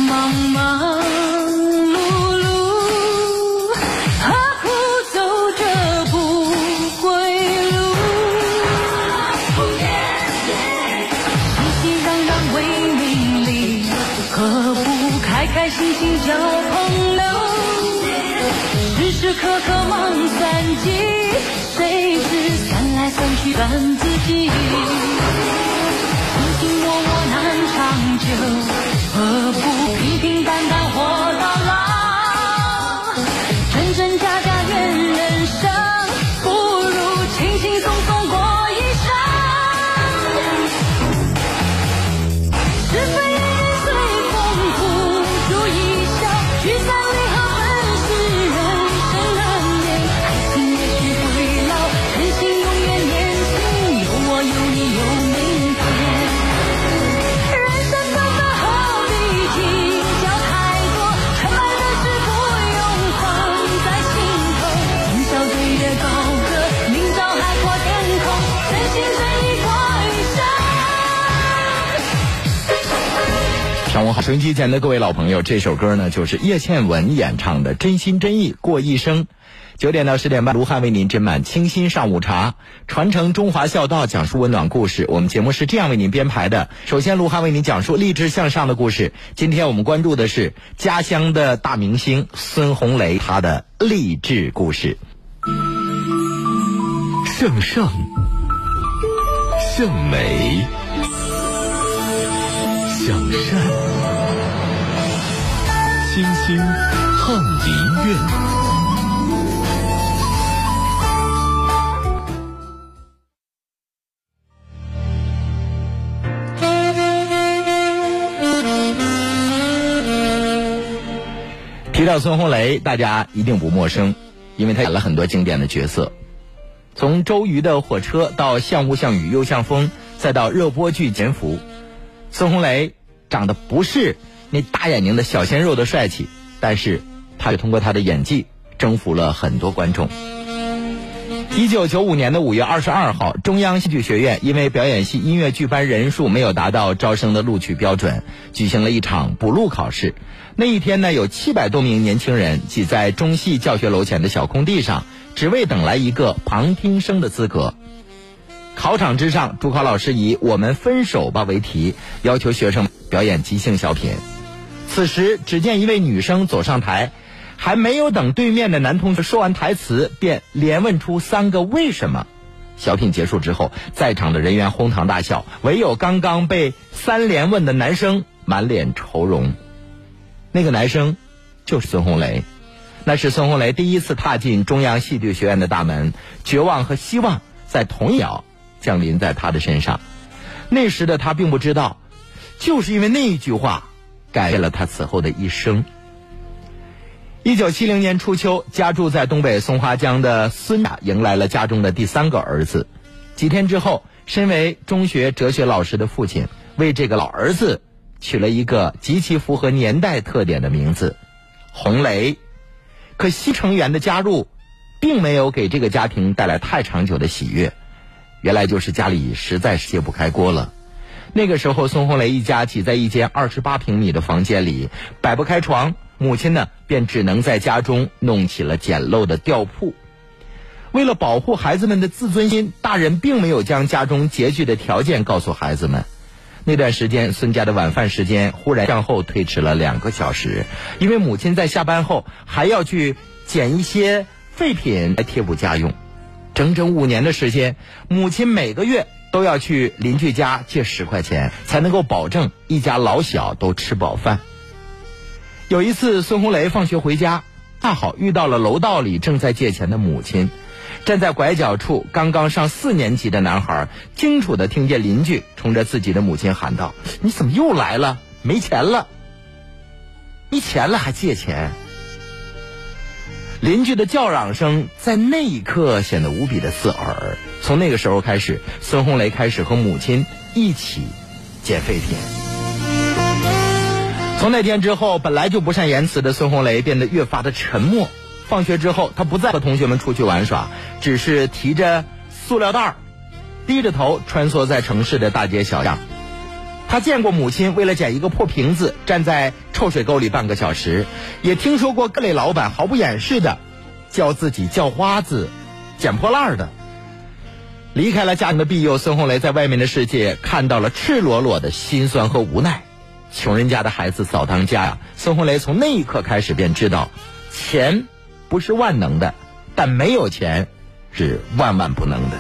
忙忙碌碌，何苦走这不归路？熙熙攘攘为名利，何不开开心心交朋友？时时刻刻忙算计，谁知算来算去算自己。卿卿我我难长久，何不平平淡淡活到老？真真假假怨人生，不如轻轻松松过一生。是非人人随风付诸一笑，聚散离合本是人生难免。爱情也许会老，真心永远年轻，有我有你有明天。人生短短何必计较太多，尘埃的事不用放在心头。今宵对月高歌，明朝海阔天空，真心真意过一生。 上午好，收音机前的各位老朋友，这首歌呢就是叶倩文演唱的《真心真意过一生》。9点到10点半，卢汉为您斟满清新上午茶，传承中华孝道，讲述温暖故事。我们节目是这样为您编排的：首先，卢汉为您讲述励志向上的故事。今天我们关注的是家乡的大明星孙红雷，他的励志故事。 向上，向美，向善，星星翰林院。 提到孙红雷，大家一定不陌生，因为他演了很多经典的角色，从周瑜的火车到像雾像雨又像风，再到热播剧潜伏。孙红雷长得不是那大眼睛的小鲜肉的帅气，但是他也通过他的演技征服了很多观众。1995年的5月22号，中央戏剧学院因为表演系音乐剧班人数没有达到招生的录取标准，举行了一场补录考试。那一天呢，有700多名年轻人挤在中戏教学楼前的小空地上，只为等来一个旁听生的资格。考场之上，主考老师以“我们分手吧”为题，要求学生表演即兴小品。此时，只见一位女生走上台，还没有等对面的男同学说完台词，便连问出3个为什么。小品结束之后，在场的人员哄堂大笑，唯有刚刚被3连问的男生满脸愁容。那个男生就是孙红雷，那是孙红雷第一次踏进中央戏剧学院的大门，绝望和希望在同一秒降临在他的身上。那时的他并不知道，就是因为那一句话改变了他此后的一生。1970年初秋，家住在东北松花江的孙家迎来了家中的第3个儿子。几天之后，身为中学哲学老师的父亲为这个老儿子取了一个极其符合年代特点的名字——红雷。可新成员的加入并没有给这个家庭带来太长久的喜悦，原来就是家里实在是揭不开锅了。那个时候，孙红雷一家挤在一间28平米的房间里，摆不开床，母亲呢便只能在家中弄起了简陋的吊铺。为了保护孩子们的自尊心，大人并没有将家中拮据的条件告诉孩子们。那段时间，孙家的晚饭时间忽然向后推迟了2个小时，因为母亲在下班后还要去捡一些废品来贴补家用。整整5年的时间，母亲每个月都要去邻居家借10块钱，才能够保证一家老小都吃饱饭。有一次，孙红雷放学回家，恰好遇到了楼道里正在借钱的母亲。站在拐角处，刚刚上4年级的男孩清楚地听见邻居冲着自己的母亲喊道：“你怎么又来了？没钱了？没钱了还借钱？”邻居的叫嚷声在那一刻显得无比的刺耳。从那个时候开始，孙红雷开始和母亲一起捡废品。从那天之后，本来就不善言辞的孙红雷变得越发的沉默。放学之后，他不再和同学们出去玩耍，只是提着塑料袋，低着头穿梭在城市的大街小巷。 他见过母亲为了捡一个破瓶子站在臭水沟里半个小时，也听说过各类老板毫不掩饰的教自己叫花子、捡破烂的。离开了家庭的庇佑，孙红雷在外面的世界看到了赤裸裸的辛酸和无奈。穷人家的孩子早当家呀！孙红雷从那一刻开始便知道，钱不是万能的，但没有钱是万万不能的。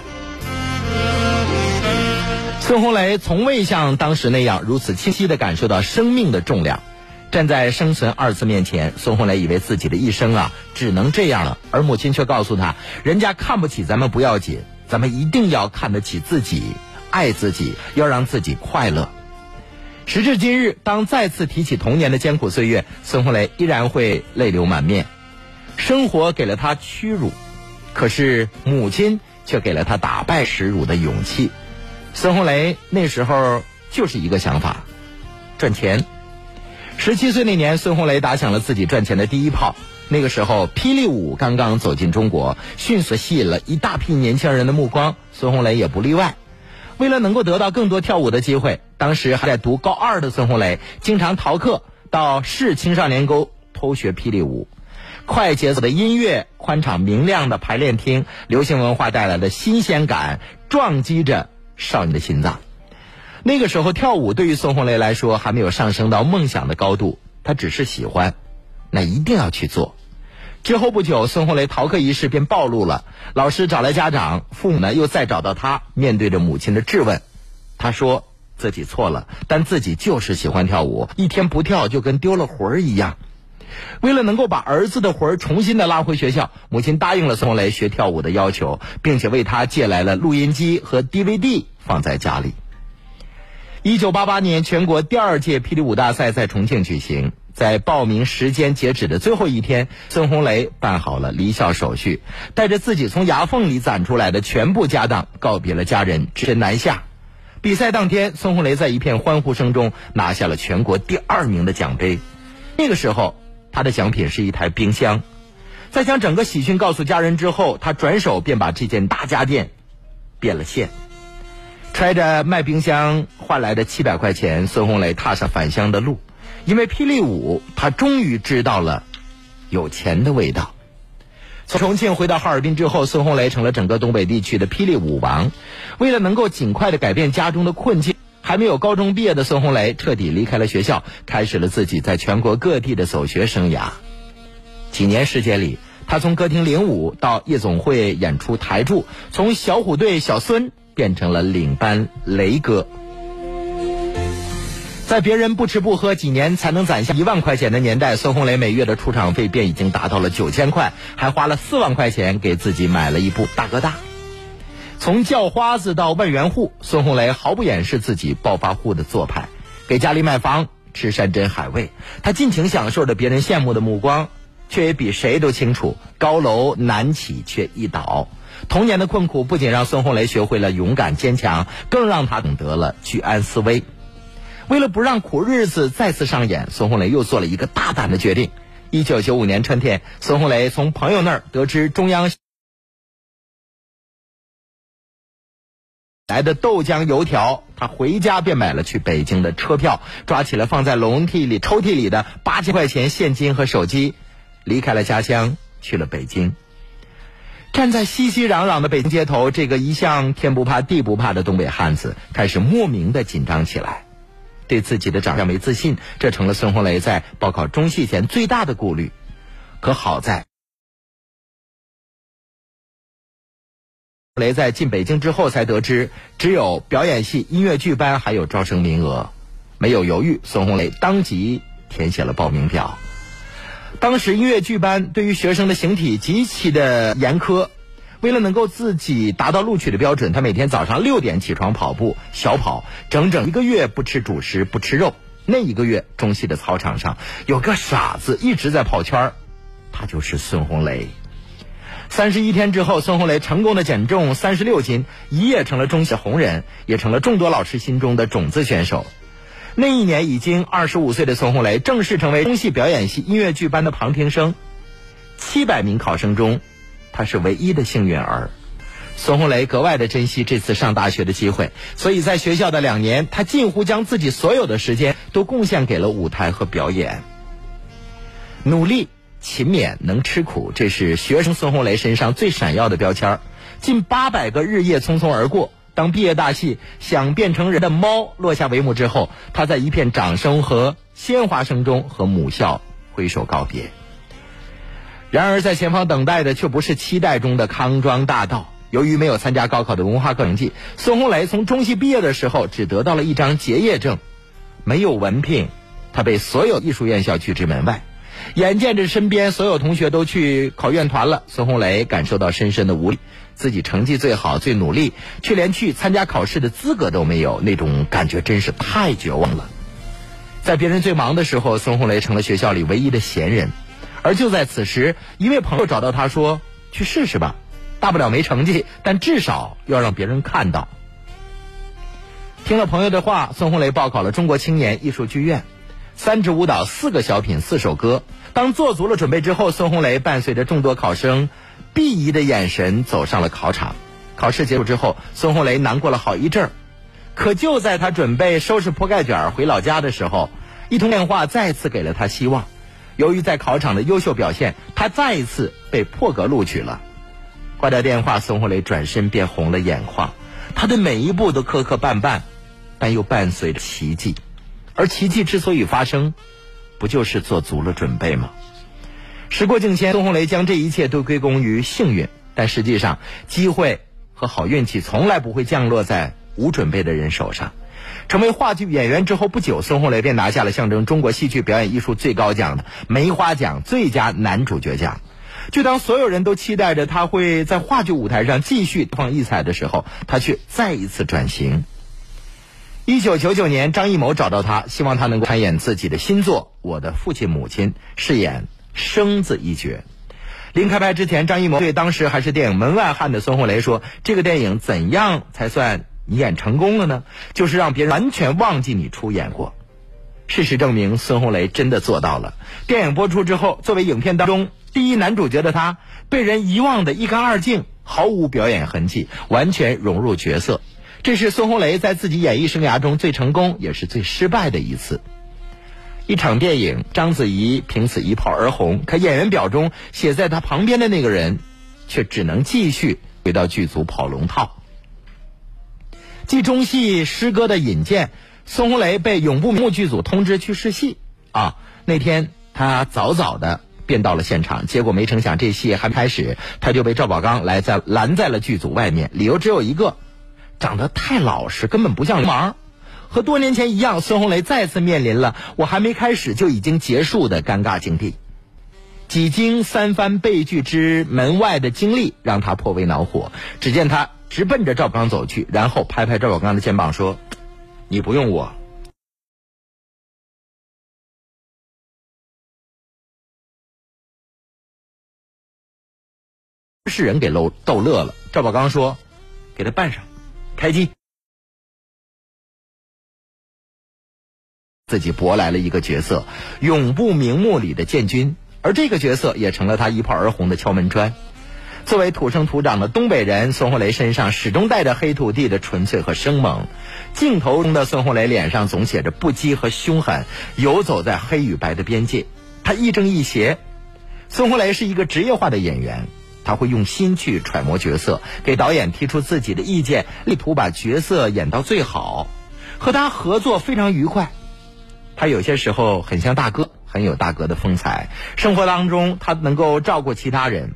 孙红雷从未像当时那样如此清晰地感受到生命的重量。站在生存二字面前，孙红雷以为自己的一生只能这样了，而母亲却告诉他，人家看不起咱们不要紧，咱们一定要看得起自己，爱自己，要让自己快乐。时至今日，当再次提起童年的艰苦岁月，孙红雷依然会泪流满面。生活给了他屈辱，可是母亲却给了他打败耻辱的勇气。孙红雷那时候就是一个想法，赚钱。17岁那年，孙红雷打响了自己赚钱的第一炮。那个时候霹雳舞刚刚走进中国，迅速吸引了一大批年轻人的目光，孙红雷也不例外。为了能够得到更多跳舞的机会，当时还在读高2的孙红雷经常逃课到市青少年沟偷学霹雳舞。快节奏的音乐，宽敞明亮的排练厅，流行文化带来的新鲜感撞击着少年的心脏。那个时候跳舞对于孙红雷来说还没有上升到梦想的高度，他只是喜欢，那一定要去做。之后不久，孙红雷逃课一事便暴露了，老师找来家长，父母呢又再找到他。面对着母亲的质问，他说自己错了，但自己就是喜欢跳舞，一天不跳就跟丢了魂一样。为了能够把儿子的魂重新的拉回学校，母亲答应了孙红雷学跳舞的要求，并且为他借来了录音机和 DVD 放在家里。1988年，全国第2届霹雳舞大赛在重庆举行。在报名时间截止的最后一天，孙红雷办好了离校手续，带着自己从牙缝里攒出来的全部家当，告别了家人，只身南下。比赛当天，孙红雷在一片欢呼声中拿下了全国第2名的奖杯。那个时候，他的奖品是一台冰箱。在将整个喜讯告诉家人之后，他转手便把这件大家电变了现。揣着卖冰箱换来的700块钱，孙红雷踏上返乡的路。因为霹雳舞，他终于知道了有钱的味道。从重庆回到哈尔滨之后，孙红雷成了整个东北地区的霹雳舞王。为了能够尽快的改变家中的困境，还没有高中毕业的孙红雷彻底离开了学校，开始了自己在全国各地的走学生涯。几年时间里，他从歌厅领舞到夜总会演出台柱，从小虎队小孙变成了领班雷哥。在别人不吃不喝几年才能攒下1万块钱的年代，孙红雷每月的出场费便已经达到了9000块，还花了4万块钱给自己买了一部大哥大。从叫花子到万元户，孙红雷毫不掩饰自己暴发户的做派，给家里买房，吃山珍海味，他尽情享受着别人羡慕的目光，却也比谁都清楚，高楼难起却易倒。童年的困苦不仅让孙红雷学会了勇敢坚强，更让他懂得了居安思危。为了不让苦日子再次上演，孙红雷又做了一个大胆的决定。1995年春天，孙红雷从朋友那儿得知中央来的豆浆油条，他回家便买了去北京的车票，抓起了放在抽屉里的8000块钱现金和手机，离开了家乡，去了北京。站在熙熙攘攘的北京街头，这个一向天不怕地不怕的东北汉子开始莫名的紧张起来。对自己的长相没自信，这成了孙红雷在报考中戏前最大的顾虑。可好在雷在进北京之后才得知，只有表演系音乐剧班还有招生名额。没有犹豫，孙红雷当即填写了报名表。当时音乐剧班对于学生的形体极其的严苛，为了能够自己达到录取的标准，他每天早上6点起床跑步小跑，整整1个月不吃主食不吃肉。那1个月，中戏的操场上有个傻子一直在跑圈，他就是孙红雷。31天之后，孙红雷成功的减重36斤，一夜成了中戏红人，也成了众多老师心中的种子选手。那一年已经25岁的孙红雷正式成为中戏表演系音乐剧班的旁听生。700名考生中，他是唯一的幸运儿。 孙红雷格外的珍惜这次上大学的机会，所以在学校的2年，他近乎将自己所有的时间都贡献给了舞台和表演。努力、勤勉、能吃苦，这是学生孙红雷身上最闪耀的标签。近800个日夜匆匆而过，当毕业大戏《想变成人的猫》落下帷幕之后，他在一片掌声和鲜花声中和母校挥手告别。然而在前方等待的却不是期待中的康庄大道。由于没有参加高考的文化课成绩，孙红雷从中戏毕业的时候只得到了一张结业证，没有文凭，他被所有艺术院校拒之门外。眼见着身边所有同学都去考院团了，孙红雷感受到深深的无力，自己成绩最好最努力，却连去参加考试的资格都没有，那种感觉真是太绝望了。在别人最忙的时候，孙红雷成了学校里唯一的闲人。而就在此时，一位朋友找到他说，去试试吧，大不了没成绩，但至少要让别人看到。听了朋友的话，孙红雷报考了中国青年艺术剧院，3支舞蹈，4个小品，4首歌。当做足了准备之后，孙红雷伴随着众多考生鄙夷的眼神走上了考场。考试结束之后，孙红雷难过了好一阵儿。可就在他准备收拾铺盖卷回老家的时候，一通电话再次给了他希望。由于在考场的优秀表现，他再一次被破格录取了。挂掉电话，孙红雷转身便红了眼眶。他的每一步都磕磕绊绊，但又伴随着奇迹。而奇迹之所以发生，不就是做足了准备吗？时过境迁，孙红雷将这一切都归功于幸运，但实际上机会和好运气从来不会降落在无准备的人手上。成为话剧演员之后不久，孙红雷便拿下了象征中国戏剧表演艺术最高奖的梅花奖最佳男主角奖。就当所有人都期待着他会在话剧舞台上继续大放异彩的时候，他却再一次转型。1999年，张艺谋找到他，希望他能够参演自己的新作《我的父亲母亲》，饰演生子一角。临开拍之前，张艺谋对当时还是电影门外汉的孙红雷说，这个电影怎样才算你演成功了呢？就是让别人完全忘记你出演过。事实证明，孙红雷真的做到了。电影播出之后，作为影片当中第一男主角的他，被人遗忘的一干二净，毫无表演痕迹，完全融入角色。这是孙红雷在自己演艺生涯中最成功也是最失败的一次。一场电影，章子怡凭此一炮而红，可演员表中写在他旁边的那个人却只能继续回到剧组跑龙套。继中戏师哥的引荐，孙红雷被永不瞑目剧组通知去试戏那天他早早的便到了现场，结果没成想这戏还没开始，他就被赵宝刚拦在了剧组外面，理由只有一个，长得太老实，根本不像流氓。和多年前一样，孙红雷再次面临了我还没开始就已经结束的尴尬境地。几经3番被拒之门外的经历让他颇为恼火，只见他直奔着赵宝刚走去，然后拍拍赵宝刚的肩膀说，你不用我。是人给逗乐了。赵宝刚说，给他办上，开机。自己博来了一个角色，永不瞑目里的建军，而这个角色也成了他一炮而红的敲门砖。作为土生土长的东北人，孙红雷身上始终带着黑土地的纯粹和生猛。镜头中的孙红雷脸上总写着不羁和凶狠，游走在黑与白的边界。他亦正亦邪。孙红雷是一个职业化的演员，他会用心去揣摩角色，给导演提出自己的意见，力图把角色演到最好。和他合作非常愉快。他有些时候很像大哥，很有大哥的风采。生活当中他能够照顾其他人，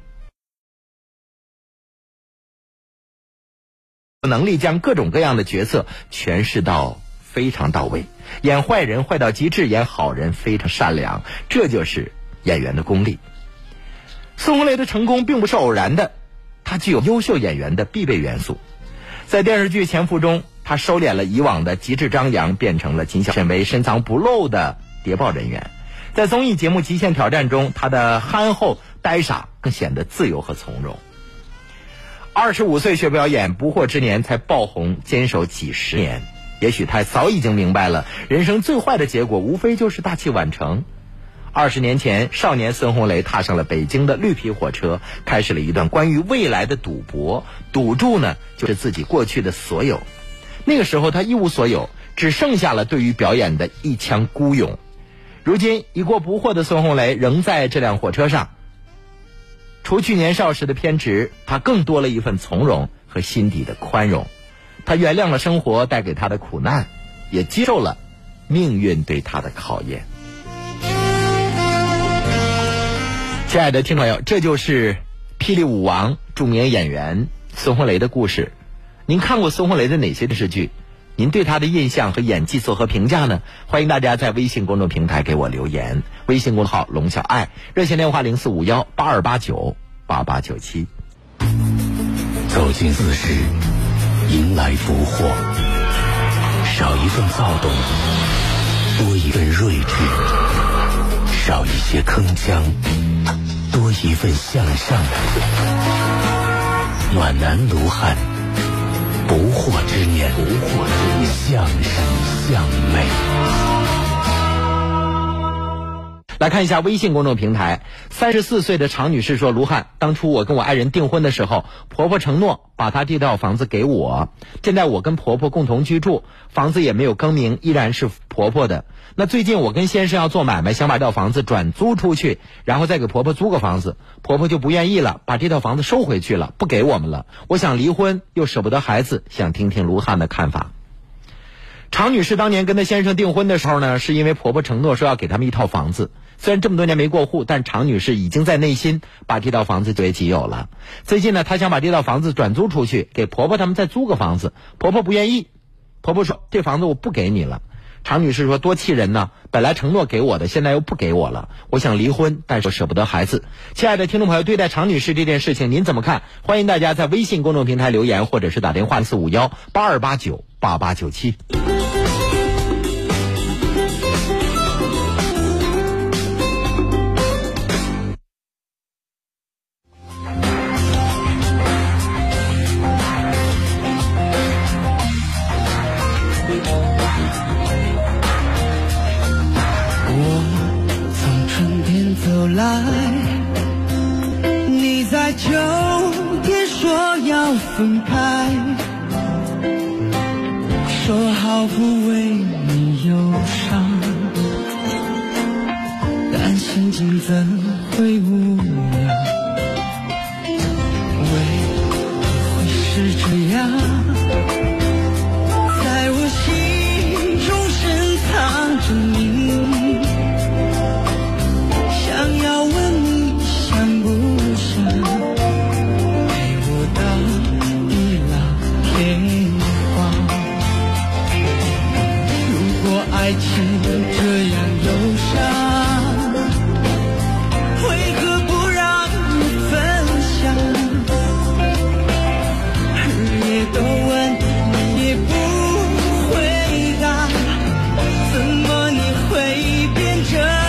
能力将各种各样的角色诠释到非常到位。演坏人坏到极致，演好人非常善良，这就是演员的功力。孙红雷的成功并不是偶然的，他具有优秀演员的必备元素。在电视剧《潜伏》中，他收敛了以往的极致张扬，变成了谨小慎微、深藏不露的谍报人员。在综艺节目《极限挑战》中，他的憨厚呆傻更显得自由和从容。25岁学表演，不惑之年才爆红，坚守几十年。也许他早已经明白了，人生最坏的结果无非就是大器晚成。 20年前，少年孙红雷踏上了北京的绿皮火车，开始了一段关于未来的赌博。赌注呢，就是自己过去的所有。那个时候他一无所有，只剩下了对于表演的一腔孤勇。如今已过不惑的孙红雷仍在这辆火车上，除去年少时的偏执，他更多了一份从容和心底的宽容。他原谅了生活带给他的苦难，也接受了命运对他的考验。亲爱的听众朋友，这就是霹雳舞王著名演员孙红雷的故事。您看过孙红雷的哪些电视剧？您对他的印象和演技作何评价呢？欢迎大家在微信公众平台给我留言。微信公众号龙小爱，热线电话045182898897。 走进4时，迎来福祸，少一份躁动，多一份睿智；少一些铿锵，多一份向上。暖男卢汉，不惑之年，向上向美。 来看一下微信公众平台，34岁的常女士说：卢汉，当初我跟我爱人订婚的时候，婆婆承诺把她这套房子给我，现在我跟婆婆共同居住，房子也没有更名，依然是婆婆的。那最近我跟先生要做买卖，想把这套房子转租出去，然后再给婆婆租个房子，婆婆就不愿意了，把这套房子收回去了，不给我们了。我想离婚，又舍不得孩子，想听听卢汉的看法。常女士当年跟她先生订婚的时候呢，是因为婆婆承诺说要给他们一套房子。虽然这么多年没过户，但常女士已经在内心把这套房子作为己有了。最近呢，她想把这套房子转租出去，给婆婆他们再租个房子，婆婆不愿意。婆婆说：“这房子我不给你了。”常女士说：“多气人呢！本来承诺给我的，现在又不给我了。我想离婚，但是我舍不得孩子。”亲爱的听众朋友，对待常女士这件事情您怎么看？欢迎大家在微信公众平台留言，或者是打电话45182898897。 你在秋天说要分开，说好不为你忧伤，但心境怎会无恙？为何会是这样？在我心中深藏着你。想要问你想不想陪我到地老天荒？如果爱情这样忧伤，为何不让你分享？日夜都问你也不回答，怎么你会变这样？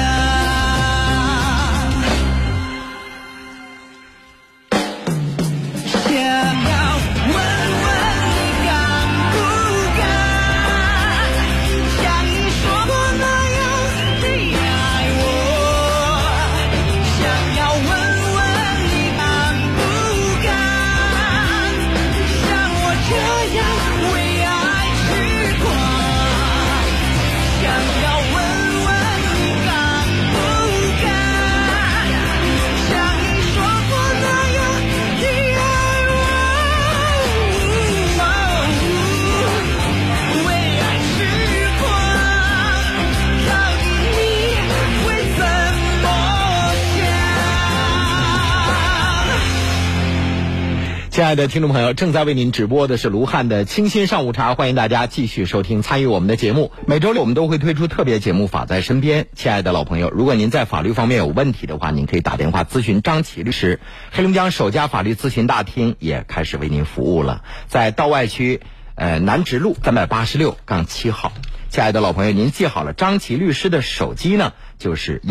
亲爱的听众朋友，正在为您直播的是卢汉的清新上午茶，欢迎大家继续收听参与我们的节目。每周六我们都会推出特别节目法在身边。亲爱的老朋友，如果您在法律方面有问题的话，您可以打电话咨询张琪律师。黑龙江首家法律咨询大厅也开始为您服务了，在道外区南直路386-7号。亲爱的老朋友，您记好了，张琪律师的手机呢就是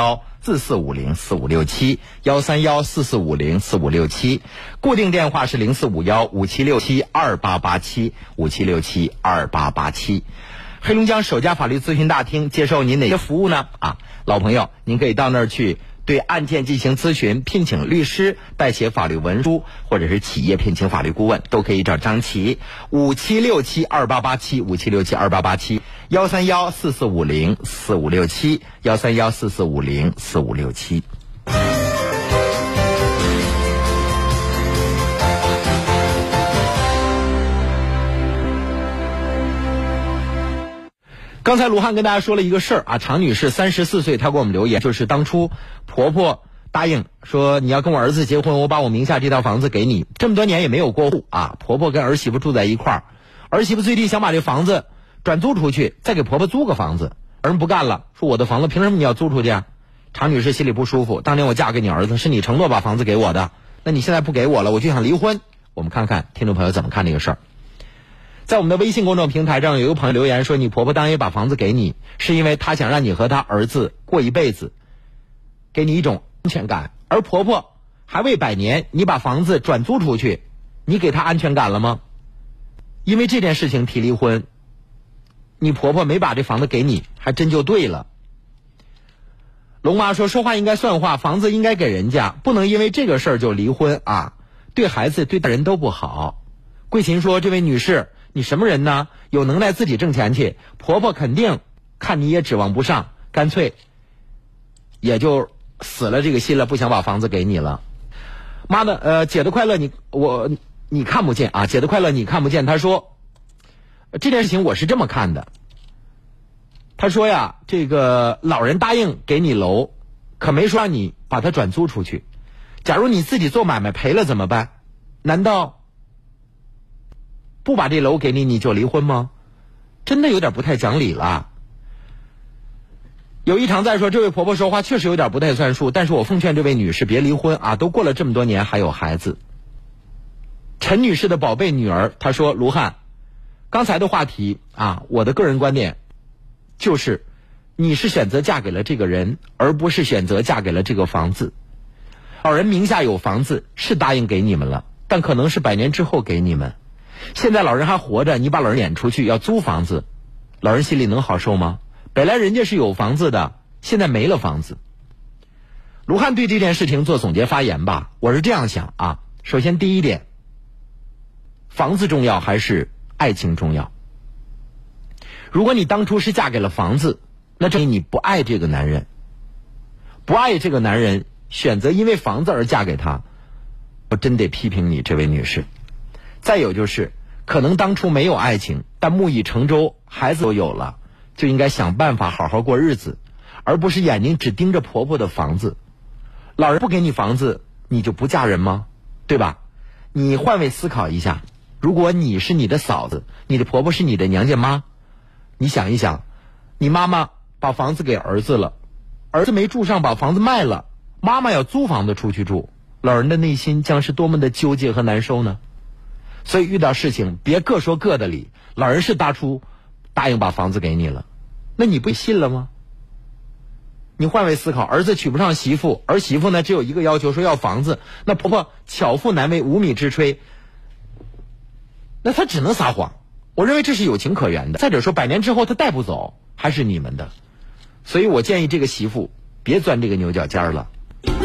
131-4450-4567，131-4450-4567，固定电话是0451-5767-2887，5767-2887。 黑龙江首家法律咨询大厅接受您哪些服务呢？老朋友，您可以到那儿去对案件进行咨询，聘请律师代写法律文书，或者是企业聘请法律顾问，都可以找张琪。57672887 57672887 13144504567 刚才卢汉跟大家说了一个事儿常女士34岁，她给我们留言，就是当初婆婆答应说你要跟我儿子结婚，我把我名下这套房子给你，这么多年也没有过户婆婆跟儿媳妇住在一块儿，儿媳妇最低想把这房子转租出去，再给婆婆租个房子，儿子不干了，说我的房子凭什么你要租出去啊？常女士心里不舒服，当年我嫁给你儿子是你承诺把房子给我的，那你现在不给我了，我就想离婚。我们看看听众朋友怎么看这个事儿。在我们的微信公众平台上有一个朋友留言说，你婆婆当年把房子给你是因为她想让你和她儿子过一辈子，给你一种安全感，而婆婆还未百年，你把房子转租出去，你给她安全感了吗？因为这件事情提离婚，你婆婆没把这房子给你还真就对了。龙妈说话应该算话，房子应该给人家，不能因为这个事儿就离婚对孩子对大人都不好。桂琴说，这位女士你什么人呢？有能耐自己挣钱去，婆婆肯定看你也指望不上，干脆也就死了这个心了，不想把房子给你了。妈的姐的快乐你看不见姐的快乐你看不见。她说这件事情我是这么看的，她说呀，这个老人答应给你楼，可没说让你把它转租出去，假如你自己做买卖赔了怎么办？难道不把这楼给你你就离婚吗？真的有点不太讲理了。有一常在说，这位婆婆说话确实有点不太算数，但是我奉劝这位女士别离婚都过了这么多年还有孩子。陈女士的宝贝女儿她说，卢汉刚才的话题我的个人观点就是你是选择嫁给了这个人，而不是选择嫁给了这个房子。老人名下有房子是答应给你们了，但可能是100年之后给你们，现在老人还活着，你把老人撵出去要租房子，老人心里能好受吗？本来人家是有房子的，现在没了房子。卢汉对这件事情做总结发言吧，我是这样想首先第一点，房子重要还是爱情重要？如果你当初是嫁给了房子，那证明你不爱这个男人，不爱这个男人选择因为房子而嫁给他，我真得批评你这位女士。再有就是可能当初没有爱情，但木已成舟，孩子都有了，就应该想办法好好过日子，而不是眼睛只盯着婆婆的房子。老人不给你房子你就不嫁人吗？对吧？你换位思考一下，如果你是你的嫂子，你的婆婆是你的娘家妈，你想一想，你妈妈把房子给儿子了，儿子没住上把房子卖了，妈妈要租房子出去住，老人的内心将是多么的纠结和难受呢？所以遇到事情别各说各的理，老人是答应把房子给你了，那你不信了吗？你换位思考，儿子娶不上媳妇，儿媳妇呢只有一个要求，说要房子，那婆婆巧妇难为无米之炊，那她只能撒谎。我认为这是有情可原的。再者说100年之后她带不走还是你们的，所以我建议这个媳妇别钻这个牛角尖了。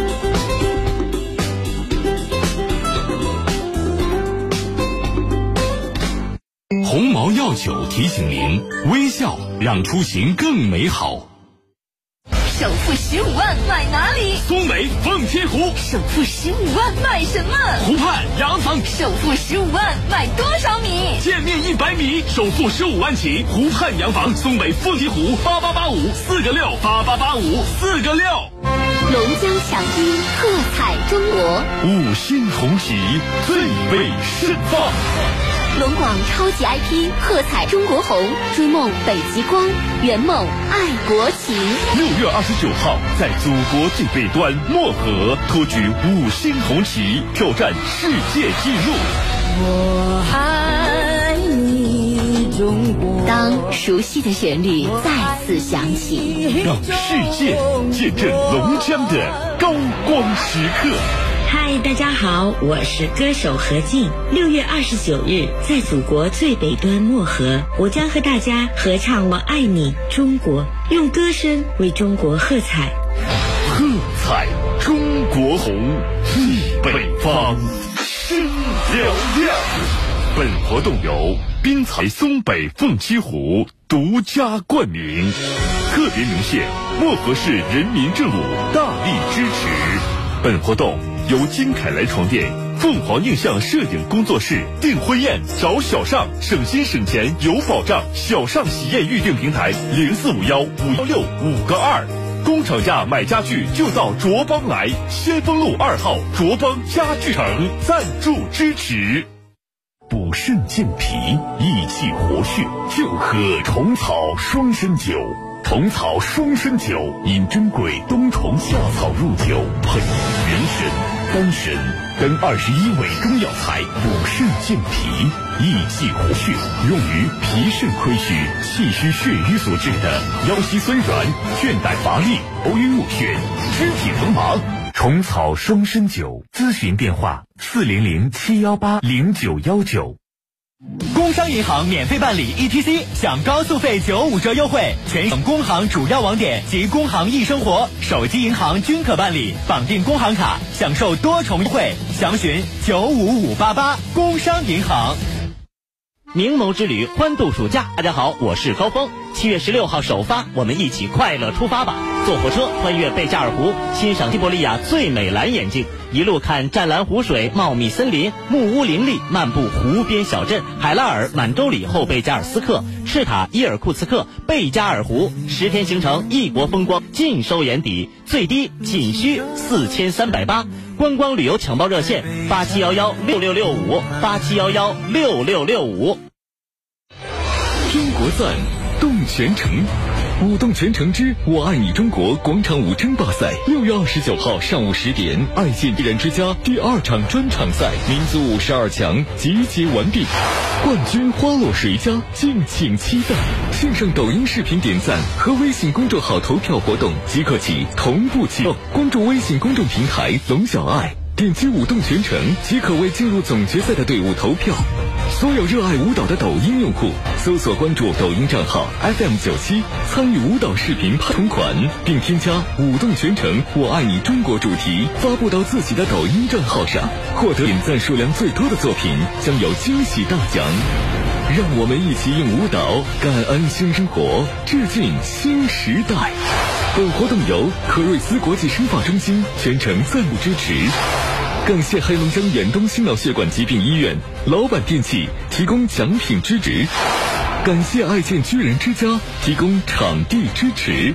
鸿茅药酒提醒您，微笑让出行更美好。 首付15万买哪里？ 松北奉天湖。 首付15万买什么？ 湖畔洋房。 首付15万买多少米？ 建面100米，首付15万起。湖畔洋房，松北奉天湖，8885 4个6 8885 4个6。 龙江祥鹰喝彩中国 5星红旗最为盛放。 龙广超级 IP 喝彩中国红，追梦北极光，圆梦爱国情。 6月29号，在祖国最北端漠河托举5星红旗，挑战世界纪录。 我爱你中国。 当熟悉的旋律再次响起， 让世界见证龙江的高光时刻。 嗨，大家好，我是歌手何静。6月29日，在祖国最北端漠河，我将和大家合唱《我爱你中国》，用歌声为中国喝彩。 喝彩中国红，忆北方，声嘹亮。本活动由滨财松北凤栖湖独家冠名，特别鸣谢漠河市人民政府大力支持。本活动由金凯来床垫、凤凰映像摄影工作室、订婚宴找小尚，省心省钱有保障。小尚喜宴预订平台0451516562，工厂价买家具就到卓邦来，先锋路2号卓邦家具城赞助支持。补肾健脾、益气活血，就喝虫草双参酒。虫草双参酒因珍贵冬虫夏草入酒，配元神、丹参等21味中药材，补肾健脾、益气活血，用于脾肾亏虚、气虚血瘀所致的腰膝酸软、倦怠乏力、头晕目眩、肢体疼麻。虫草双参酒，咨询电话400-718-0919。 工商银行免费办理 ETC， 享高速费95折优惠，全省工行主要网点及工行易生活手机银行均可办理，绑定工行卡享受多重优惠，详询95588。工商银行。 明眸之旅，欢度暑假。大家好，我是高峰。7月16号首发，我们一起快乐出发吧！坐火车穿越贝加尔湖，欣赏西伯利亚最美蓝眼睛，一路看湛蓝湖水、茂密森林、木屋林立，漫步湖边小镇海拉尔、满洲里后贝加尔斯克、赤塔、伊尔库茨克、贝加尔湖，10天行程，异国风光尽收眼底，最低仅需4380。观光旅游抢报热线87116665，87116665。 中国赞动全城，舞动全城之我爱你中国广场舞争霸赛，6月29号上午10点，爱健艺人之家第2场专场赛民族52强集结完毕，冠军花落谁家，敬请期待。线上抖音视频点赞和微信公众号投票活动即刻起同步启动，关注微信公众平台龙小爱，点击舞动全城即可为进入总决赛的队伍投票。所有热爱舞蹈的抖音用户，搜索关注抖音账号 FM97，参与舞蹈视频同款，并添加舞动全城我爱你中国主题发布到自己的抖音账号上，获得点赞数量最多的作品将有惊喜大奖。让我们一起用舞蹈感恩新生活，致敬新时代。本活动由可瑞斯国际生发中心全程赞助支持。感谢黑龙江远东心脑血管疾病医院、老板电器提供奖品支持，感谢爱健居人之家提供场地支持。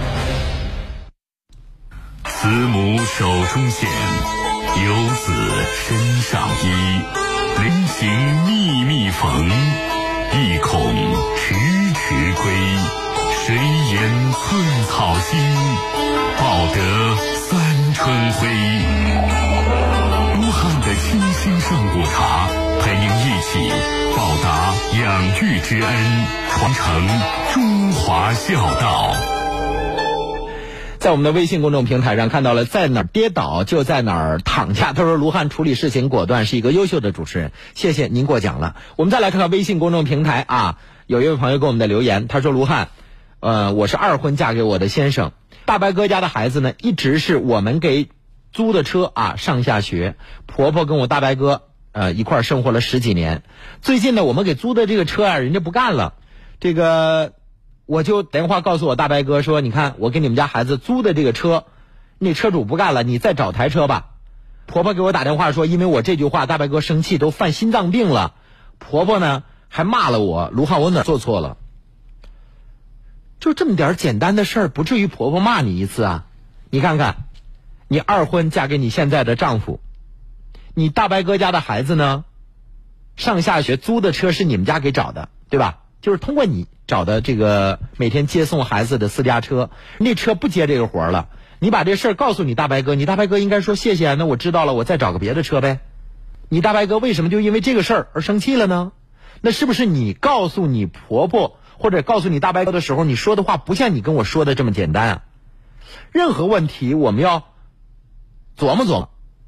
慈母手中线，游子身上衣，临行密密缝，意恐迟迟归。谁言寸草心，报得三春晖。武汉的清新上古茶，陪您一起报答养育之恩，传承中华孝道。 在我们的微信公众平台上看到了，在哪儿跌倒就在哪儿躺下。他说卢汉处理事情果断，是一个优秀的主持人，谢谢您过奖了。我们再来看看微信公众平台啊，有一位朋友给我们的留言，他说卢汉，我是2婚嫁给我的先生，大白哥家的孩子呢，一直是我们给租的车啊上下学，婆婆跟我大白哥一块生活了10几年。最近呢，我们给租的这个车啊，人家不干了，这个我就打电话告诉我大白哥说，你看我给你们家孩子租的这个车，那车主不干了，你再找台车吧。婆婆给我打电话说，因为我这句话，大白哥生气都犯心脏病了。婆婆呢还骂了我，卢汉我哪做错了？就这么点简单的事儿，不至于婆婆骂你一次啊。你看看，你2婚嫁给你现在的丈夫，你大白哥家的孩子呢，上下学租的车是你们家给找的，对吧？就是通过你找的这个每天接送孩子的私家车，那车不接这个活了，你把这事儿告诉你大白哥，你大白哥应该说谢谢，那我知道了，我再找个别的车呗。你大白哥为什么就因为这个事儿而生气了呢？那是不是你告诉你婆婆或者告诉你大白哥的时候，你说的话不像你跟我说的这么简单啊？任何问题我们要琢磨琢磨，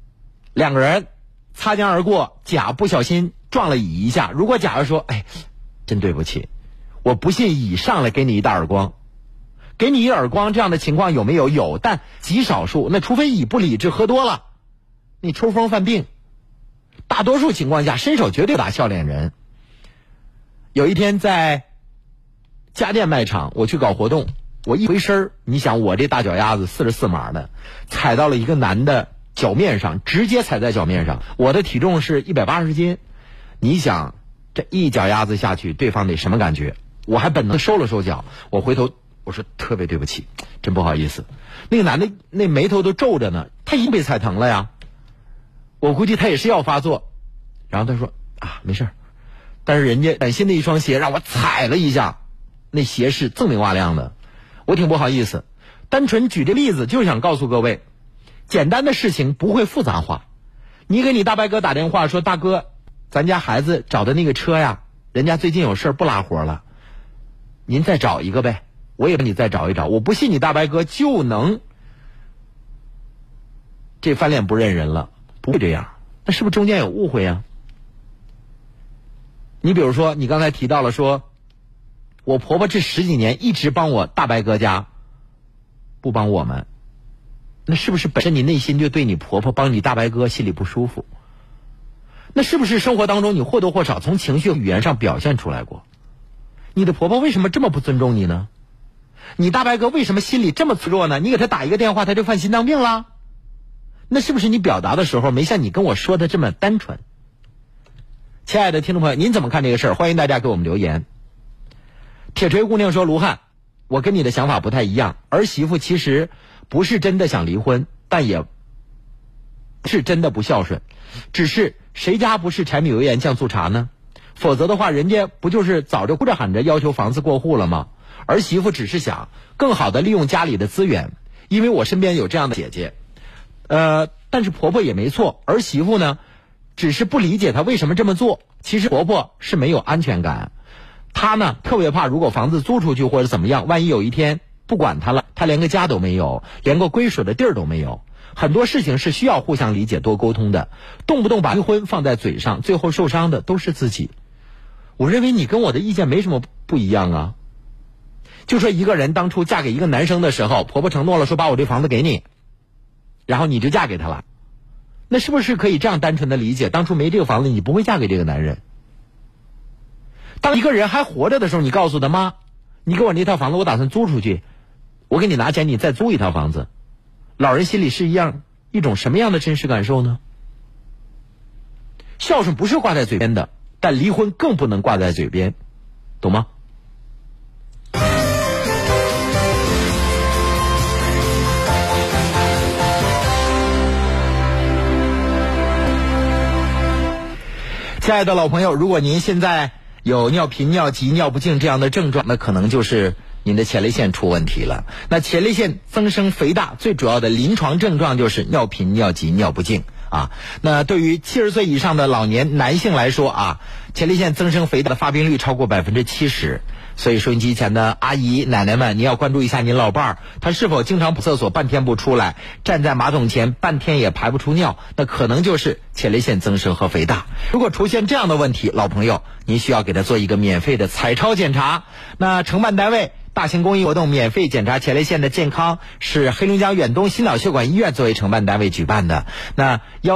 两个人擦肩而过，甲不小心撞了乙一下，如果甲要说真对不起，我不信乙上来给你一大耳光，给你一耳光，这样的情况有没有？有，但极少数。那除非乙不理智喝多了，你抽风犯病，大多数情况下伸手绝对打笑脸人。有一天在家电卖场，我去搞活动，我一回身，你想我这大脚丫子44码的，踩到了一个男的脚面上，直接踩在脚面上。我的体重是180斤，你想这一脚丫子下去，对方得什么感觉？我还本能收了收脚，我回头我说特别对不起，真不好意思。那个男的那眉头都皱着呢，他已经被踩疼了呀，我估计他也是要发作。然后他说没事，但是人家崭新的一双鞋让我踩了一下，那鞋是锃明瓦亮的，我挺不好意思。单纯举这例子就是想告诉各位，简单的事情不会复杂化。你给你大白哥打电话说，大哥，咱家孩子找的那个车呀，人家最近有事不拉活了，您再找一个呗，我也帮你再找一找。我不信你大白哥就能这翻脸不认人了，不会这样，那是不是中间有误会啊？你比如说你刚才提到了说，我婆婆这10几年一直帮我大白哥家，不帮我们，那是不是本身你内心就对你婆婆帮你大白哥心里不舒服？那是不是生活当中你或多或少从情绪语言上表现出来过？你的婆婆为什么这么不尊重你呢？你大白哥为什么心里这么脆弱呢？你给他打一个电话他就犯心脏病了？那是不是你表达的时候没像你跟我说的这么单纯？亲爱的听众朋友，您怎么看这个事儿？欢迎大家给我们留言。铁锤姑娘说，卢汉，我跟你的想法不太一样，儿媳妇其实不是真的想离婚，但也是真的不孝顺，只是谁家不是柴米油盐酱醋茶呢？否则的话，人家不就是早就哭着喊着要求房子过户了吗？儿媳妇只是想更好的利用家里的资源，因为我身边有这样的姐姐，但是婆婆也没错，儿媳妇呢只是不理解她为什么这么做。其实婆婆是没有安全感，她呢特别怕如果房子租出去或者怎么样，万一有一天不管她了，她连个家都没有，连个归属的地儿都没有。很多事情是需要互相理解多沟通的，动不动把离婚放在嘴上，最后受伤的都是自己。我认为你跟我的意见没什么不一样啊。就说一个人当初嫁给一个男生的时候，婆婆承诺了说把我这房子给你，然后你就嫁给他了，那是不是可以这样单纯的理解，当初没这个房子你不会嫁给这个男人？当一个人还活着的时候，你告诉他，妈，你给我那套房子我打算租出去，我给你拿钱你再租一套房子，老人心里是一种什么样的真实感受呢？孝顺不是挂在嘴边的，但离婚更不能挂在嘴边，懂吗？亲爱的老朋友，如果您现在有尿频、尿急、尿不尽这样的症状，那可能就是您的前列腺出问题了。那前列腺增生肥大最主要的临床症状就是尿频、尿急、尿不尽啊。那对于70岁以上的老年男性来说啊，前列腺增生肥大的发病率超过70%。所以收音机前的阿姨奶奶们，你要关注一下您老伴儿，他是否经常跑厕所半天不出来，站在马桶前半天也排不出尿，那可能就是前列腺增生和肥大。如果出现这样的问题，老朋友您需要给他做一个免费的彩超检查。那承办单位大型公益活动免费检查前列腺的健康，是黑龙江远东心脑血管医院作为承办单位举办的。那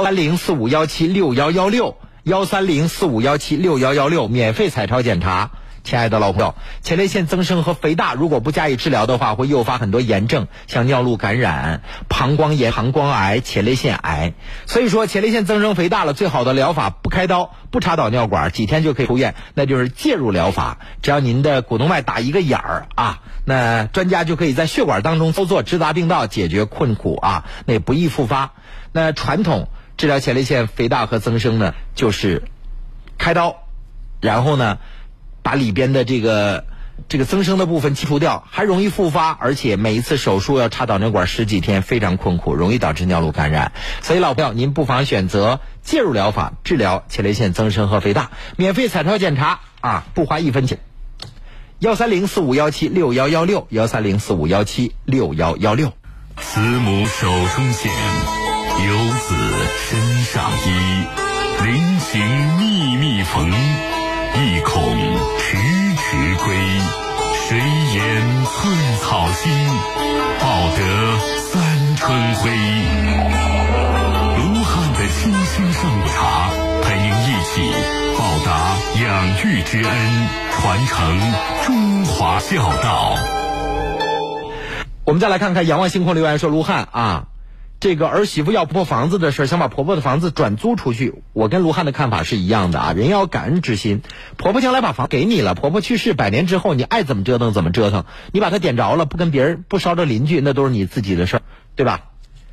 13045176116，13045176116，免费彩超检查。亲爱的老朋友，前列腺增生和肥大如果不加以治疗的话，会诱发很多炎症，像尿路感染、膀胱炎、膀胱癌、前列腺癌。所以说前列腺增生肥大了，最好的疗法不开刀，不插导尿管，几天就可以出院，那就是介入疗法。只要您的股动脉打一个眼儿啊，那专家就可以在血管当中操作，直达病道，解决困苦啊，那也不易复发。那传统治疗前列腺肥大和增生呢，就是开刀，然后呢把里边的这个增生的部分剔除掉，还容易复发，而且每一次手术要插导尿管10几天，非常困苦，容易导致尿路感染。所以老朋友，您不妨选择介入疗法治疗前列腺增生和肥大，免费彩超检查啊，不花1分钱。13045176116，13045176116。 慈母手中线， 游子身上衣，临行密密缝，意恐迟迟归。谁言寸草心，报得三春晖。卢汉的清新上午茶，陪您一起报答养育之恩，传承中华孝道。 我们再来看看仰望星空留言说，卢汉啊，这个儿媳妇要婆婆房子的事，想把婆婆的房子转租出去，我跟卢汉的看法是一样的啊。人要有感恩之心，婆婆将来把房给你了，婆婆去世100年之后，你爱怎么折腾怎么折腾，你把它点着了，不跟别人不烧着邻居，那都是你自己的事儿，对吧？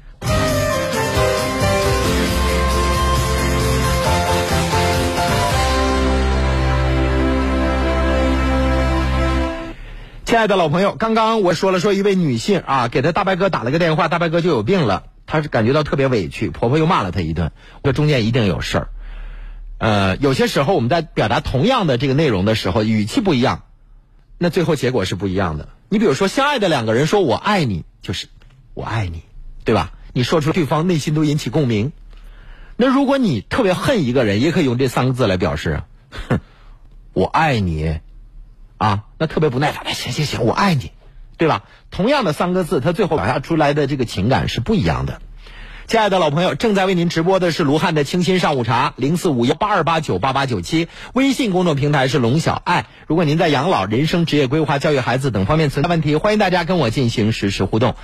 亲爱的老朋友，刚刚我说一位女性啊，给她大白哥打了个电话，大白哥就有病了，她是感觉到特别委屈，婆婆又骂了她一顿，这中间一定有事儿。有些时候我们在表达同样的这个内容的时候，语气不一样，那最后结果是不一样的。你比如说相爱的两个人说我爱你，就是我爱你，对吧？你说出对方内心都引起共鸣。那如果你特别恨一个人，也可以用这3个字来表示，哼，我爱你啊，那特别不耐烦，行，我爱你，对吧？同样的3个字，它最后表达出来的这个情感是不一样的。亲爱的老朋友，正在为您直播的是卢汉的清新上午茶，045182898897，微信公众平台是龙小爱。如果您在养老、人生、职业规划、教育孩子等方面存在问题，欢迎大家跟我进行实时互动。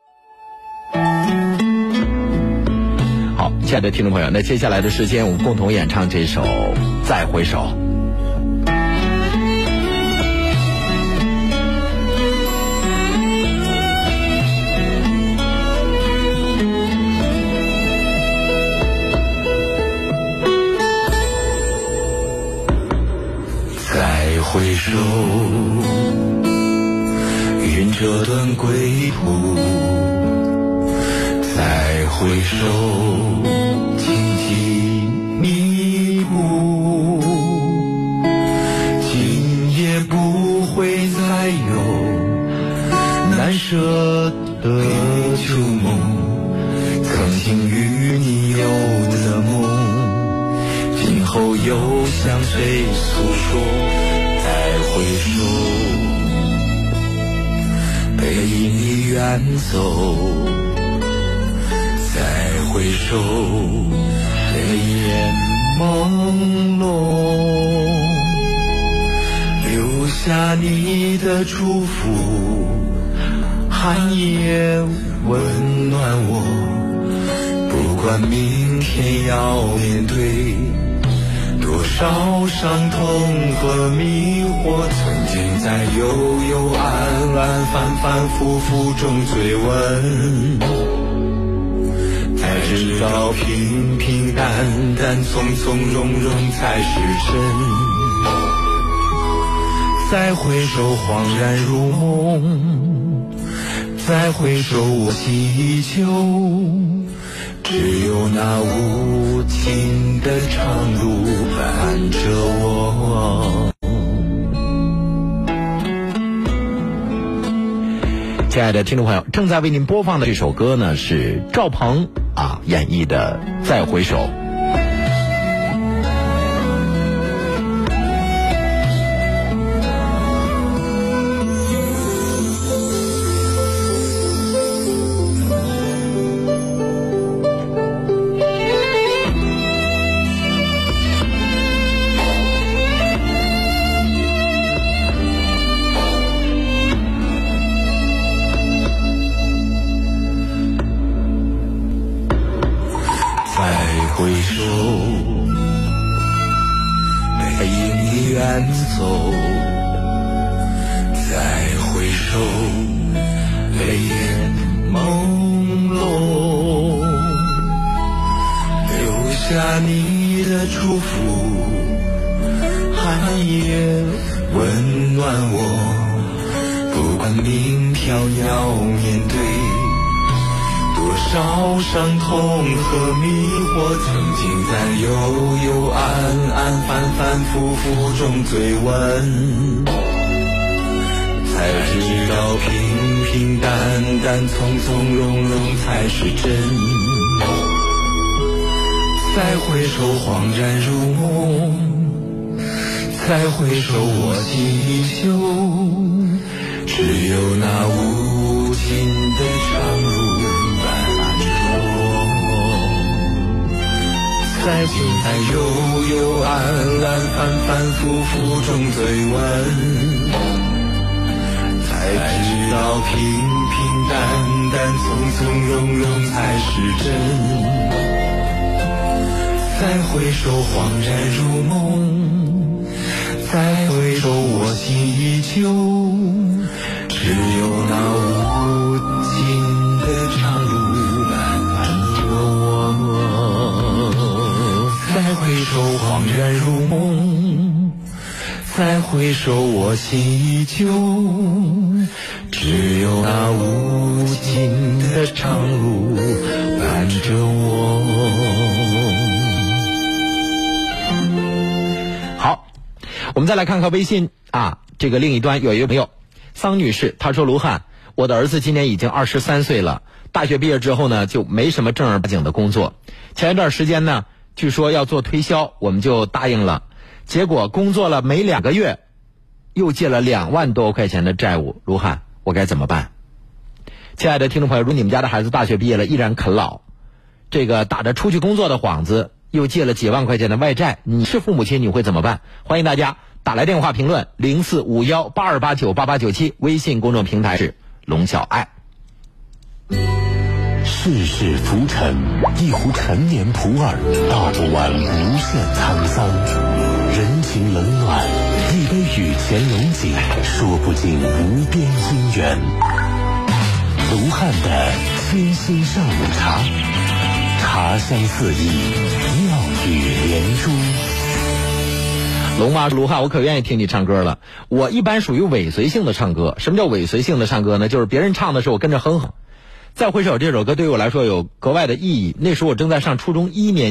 好，亲爱的听众朋友，那接下来的时间我们共同演唱这首《再回首》。 回首，云遮断归途。再回首，荆棘密布。今夜不会再有难舍的旧梦，曾经与你有的梦，今后又向谁诉说？再回首，背影已远走。再回首，泪眼朦胧，留下你的祝福，寒夜温暖我。不管明天要面对多少伤痛和迷惑，曾经在幽幽暗暗、反反复复中追问，才知道平平淡淡、从从容容才是真。再回首，恍然如梦；再回首，我祈求。只有那无尽的长路伴着我。 亲爱的听众朋友，正在为您播放的这首歌呢，是赵鹏演绎的《再回首》。 回首，背影已远走。再回首，泪眼朦胧，留下你的祝福，寒夜温暖我。不管明天要面对多少伤痛和迷惑，曾经在幽幽暗暗、反反复复中追问，才知道平平淡淡、从从容容才是真。 再回首恍然如梦，再回首我心依旧，只有那无尽的长路伴着我，在情在幽幽暗暗反反复复中追问，才知道平平淡淡从从容容才是真，再回首恍然如梦，再回首我心依旧，只有那无尽的长路伴着我，再回首恍然如梦，再回首我心依旧，只有那无尽的长路伴着我。 好，我们再来看看微信啊，这个另一端有一位朋友桑女士，她说卢汉，我的儿子今年已经23岁了，大学毕业之后呢就没什么正儿八经的工作，前一段时间呢据说要做推销，我们就答应了，结果工作了没2个月又借了2万多块钱的债务，卢汉我该怎么办？亲爱的听众朋友，如果你们家的孩子大学毕业了依然啃老，这个打着出去工作的幌子又借了几万块钱的外债，你是父母亲你会怎么办？欢迎大家打来电话评论045182898897，微信公众平台是龙小爱。 世事浮沉，一壶陈年普洱，道不完无限沧桑；人情冷暖，一杯雨前龙井，说不尽无边姻缘。卢汉的清新上午茶，茶香四溢，妙语连珠。 龙妈说卢汉，我可愿意听你唱歌了。我一般属于尾随性的唱歌。什么叫尾随性的唱歌呢？就是别人唱的时候我跟着哼哼。再回首这首歌对于我来说有格外的意义。那时候我正在上初中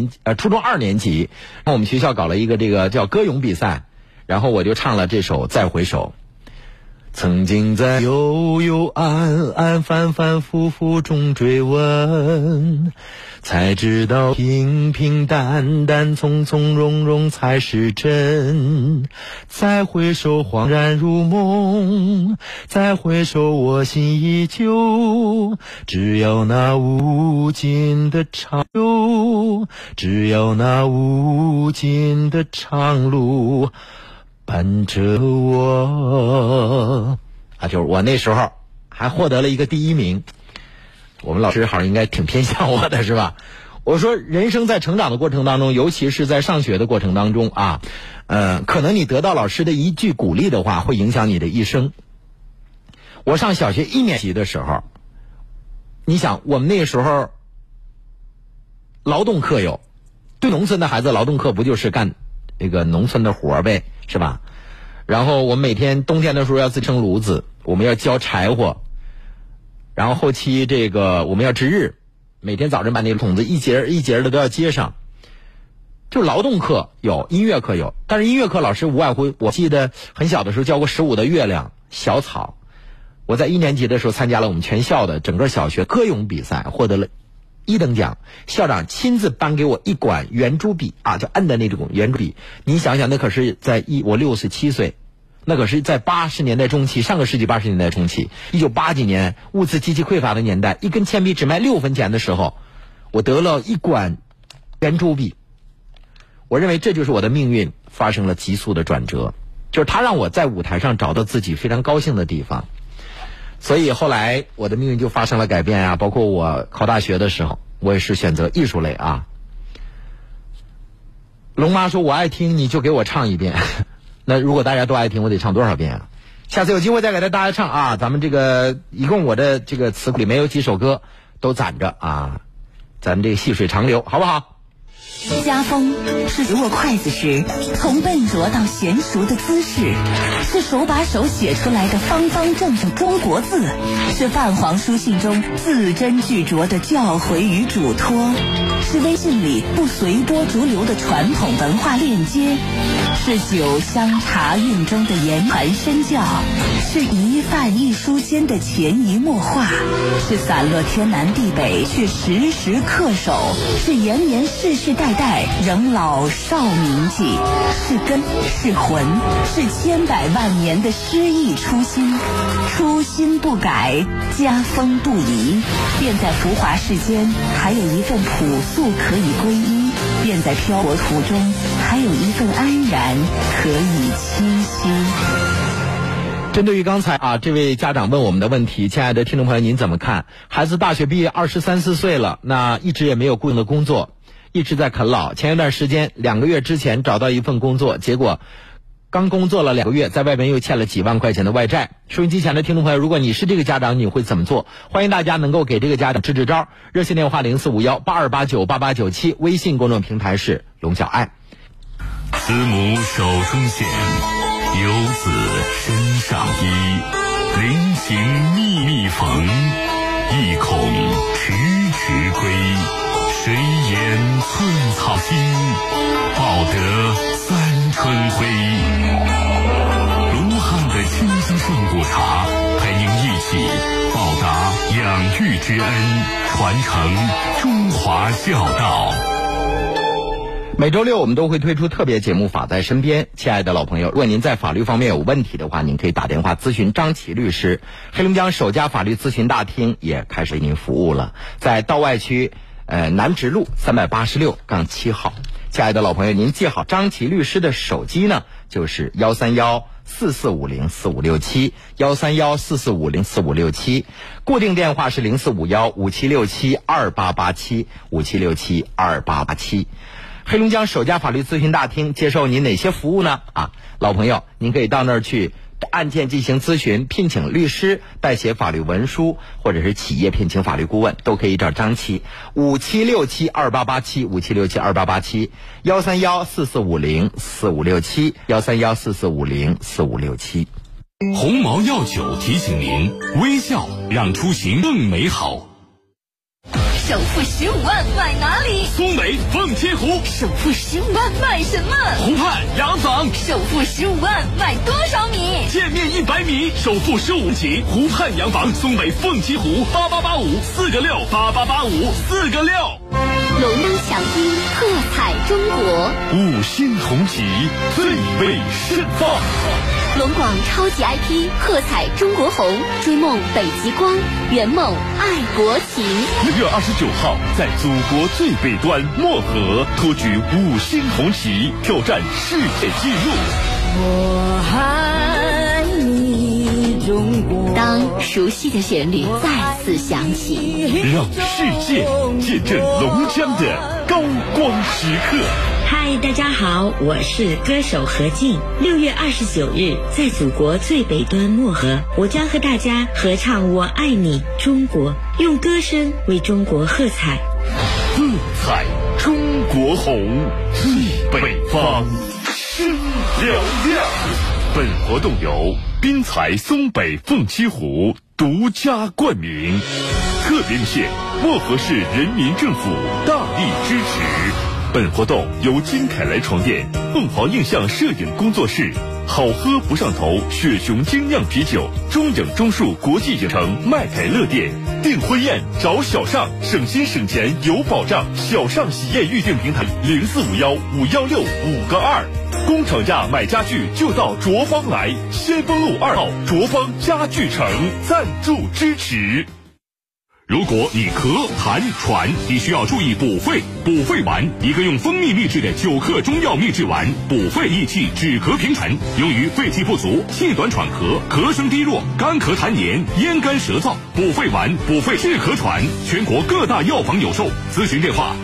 2年级，然后我们学校搞了一个这个叫歌咏比赛，然后我就唱了这首再回首。曾经在幽幽暗暗反反复复中追问，才知道平平淡淡从从容容才是真，再回首恍然如梦，再回首我心依旧，只有那无尽的长路，只有那无尽的长路伴着我啊！就是我那时候还获得了一个第1名，我们老师好像应该挺偏向我的是吧？我说人生在成长的过程当中，尤其是在上学的过程当中啊，可能你得到老师的一句鼓励的话，会影响你的一生。我上小学1年级的时候，你想我们那个时候劳动课有，对农村的孩子劳动课不就是干这个农村的活呗，是吧？然后我们每天冬天的时候要自生炉子，我们要浇柴火，然后后期这个我们要值日，每天早晨把那个桶子一节一节的都要接上。就劳动课有，音乐课有，但是音乐课老师无外乎，我记得很小的时候教过15的月亮、小草。我在1年级的时候参加了我们全校的整个小学歌咏比赛，获得了1等奖，校长亲自颁给我一管圆珠笔啊，就摁的那种圆珠笔。你想想，那可是我67岁，那可是在80年代中期，上个世纪80年代中期，1980几年物资极其匮乏的年代，一根铅笔只卖6分钱的时候，我得了一管圆珠笔。我认为这就是我的命运发生了急速的转折，就是他让我在舞台上找到自己非常高兴的地方。所以后来我的命运就发生了改变啊，包括我考大学的时候，我也是选择艺术类啊。龙妈说我爱听，你就给我唱一遍。那如果大家都爱听，我得唱多少遍啊？下次有机会再给大家唱啊。咱们这个一共我的这个词库里面有几首歌都攒着啊，咱们这个细水长流，好不好？ 家风是握筷子时从笨拙到娴熟的姿势，是手把手写出来的方方正正中国字，是泛黄书信中字斟句酌的教诲与嘱托，是微信里不随波逐流的传统文化链接，是酒香茶韵中的言传身教，是一饭一书间的潜移默化，是散落天南地北却时时恪守，是延绵世世代代仍老少铭记，是根是魂，是千百万年的诗意初心。初心不改，家风不移，便在浮华世间还有一份朴素可以归依，便在漂泊途中还有一份安然可以栖息。 针对于刚才这位家长问我们的问题，亲爱的听众朋友，您怎么看？孩子大学毕业23、24岁了，那一直也没有固定的工作，一直在啃老。前一段时间2个月之前找到一份工作，结果刚工作了2个月，在外面又欠了几万块钱的外债。收音机前的听众朋友，如果你是这个家长，你会怎么做？欢迎大家能够给这个家长支支招。热线电话045182898897，微信公众平台是龙小爱。 慈母手中线，游子身上衣。临行密密缝，意恐迟迟归。谁言寸草心，报得三春晖。卢汉的清新圣古茶，陪您一起报答养育之恩，传承中华孝道。 每周六我们都会推出特别节目法在身边。亲爱的老朋友，如果您在法律方面有问题的话，您可以打电话咨询张琪律师。黑龙江首家法律咨询大厅也开始为您服务了，在道外区南直路386-7号。亲爱的老朋友，您记好张琪律师的手机呢，就是131-4450-4567 131-4450-4567，固定电话是0451-5767-2887 5767-2887。黑龙江首家法律咨询大厅接受您哪些服务呢？老朋友，您可以到那儿去案件进行咨询，聘请律师代写法律文书，或者是企业聘请法律顾问，都可以找张琪。5767-2887 5767-2887 131-4450-4567 131-4450-4567。 鸿茅药酒提醒您，微笑让出行更美好。 首付15万买哪里？ 松北凤栖湖。 首付15万买什么？ 湖畔洋房。 首付15万买多少米？ 建面100米，首付15起。湖畔洋房，松北凤栖湖，8885 4个6 8885 4个6。 龙灯祥鹰，喝彩中国。 五星红旗，最为盛放。 龙广超级 IP， 喝彩中国红，追梦北极光，圆梦爱国情。 6月29号，在祖国最北端漠河，托举五星红旗，挑战世界纪录。 我爱你中国。 当熟悉的旋律再次响起， 让世界见证龙江的高光时刻。 嗨，大家好，我是歌手何静。6月29日，在祖国最北端漠河，我将和大家合唱《我爱你中国》，用歌声为中国喝彩。 喝彩中国红，最北方声嘹亮。本活动由滨财松北凤栖湖独家冠名，特别县漠河市人民政府大力支持。本活动由金凯莱床垫、凤凰印象摄影工作室、好喝不上头雪熊精酿啤酒、中影中数国际影城麦凯乐店。订婚宴找小尚，省心省钱有保障。小尚喜宴预订平台04515165个2。工厂价买家具就到卓邦来，先锋路2号卓邦家具城赞助支持。如果你咳、痰、喘，你需要注意补肺。补肺丸，一个用蜂蜜秘制的9克中药秘制丸，补肺益气，止咳平喘，用于肺气不足、气短喘咳、咳声低弱、干咳痰黏、咽干舌燥。补肺丸，补肺治咳喘，全国各大药房有售。咨询电话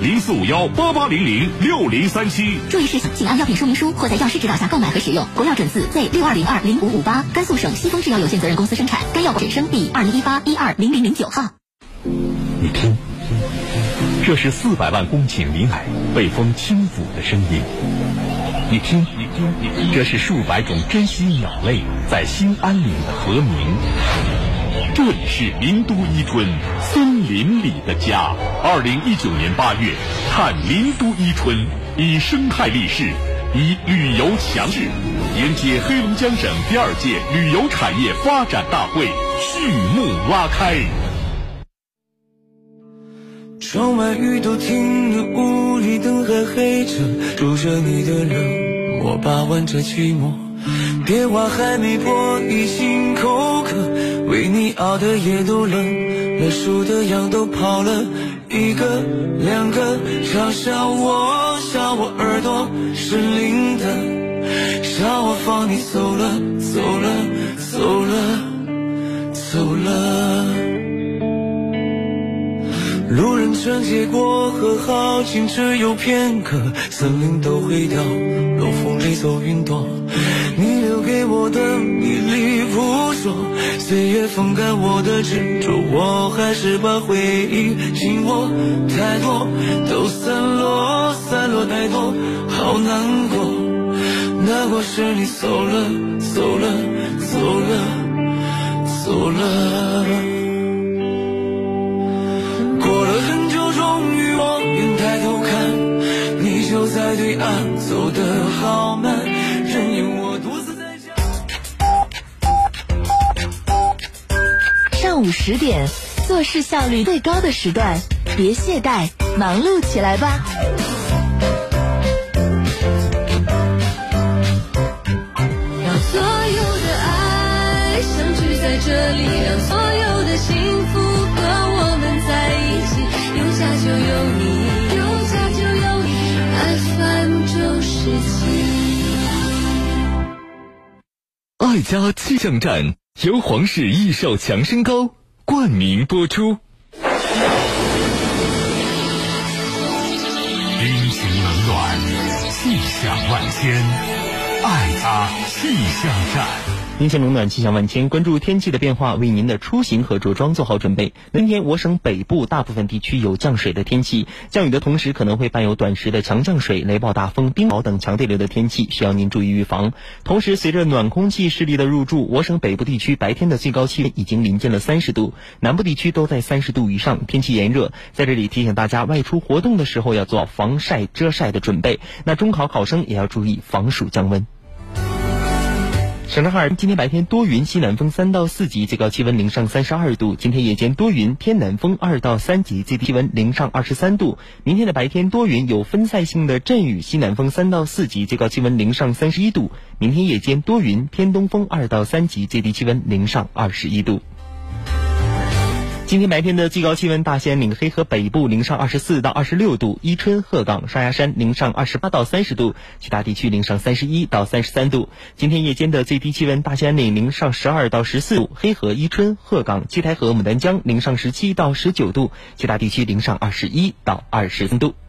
045188006037。 注意事项，请按药品说明书或在药师指导下购买和使用。国药准字 Z62020558，甘肃省西风制药有限责任公司生产。该药审生第2018-120009号。 你听，这是400万公顷林海被风轻抚的声音。你听，这是数百种珍稀鸟类在新安岭的和鸣。这里是林都伊春，森林里的家。2019年8月，看林都伊春，以生态立市，以旅游强势，迎接黑龙江省第2届旅游产业发展大会序幕拉开。 窗外雨都停了，屋里灯还黑着，住着你的人，我把玩着寂寞。电话还没拨，已经口渴，为你熬的夜都冷了，数的羊都跑了，一个两个，嘲笑我，笑我耳朵是灵的，笑我放你走了，走了，走了，走了。路人穿街过河，好景只有片刻，森林都毁掉，楼风里走云朵。你留给我的迷离扑朔，岁月风干我的执着，我还是把回忆紧握，太多都散落，散落太多，好难过。难过是你走了，走了，走了，走了。过了很久，终于我愿抬头看，你就在对岸，走得好慢，任由我独自在家。 上午10点，做事效率最高的时段，别懈怠，忙碌起来吧。 让所有的爱相聚在这里，让所有的幸福和我们在一起，有家就有你，有家就有你 FM97。 爱家气象站由皇氏益寿强身膏冠名播出。阴晴冷暖，气象万千，爱家气象站。 阴晴冷暖，气象万千，关注天气的变化，为您的出行和着装做好准备。今天我省北部大部分地区有降水的天气，降雨的同时可能会伴有短时的强降水、雷暴大风、冰雹等强对流的天气，需要您注意预防。同时，随着暖空气势力的入驻，我省北部地区白天的最高气温已经临近了30度，南部地区都在30度以上，天气炎热。在这里提醒大家，外出活动的时候要做防晒遮晒的准备。那中考考生也要注意防暑降温。省城哈尔滨今天白天多云，西南风3到4级，最高气温零上32度。今天夜间多云，偏南风2到3级，最低气温零上23度。明天的白天多云，有分散性的阵雨，西南风3到4级，最高气温零上31度。明天夜间多云，偏东风2到3级，最低气温零上21度。今天白天的最高气温，大兴安岭黑河北部零上24到26度，伊春、鹤岗、沙崖山零上28到30度，其他地区零上31到33度。今天夜间的最低气温，大兴安岭零上12到14度，黑河、伊春、鹤岗、七台河、牡丹江零上17到19度，其他地区零上21到23度。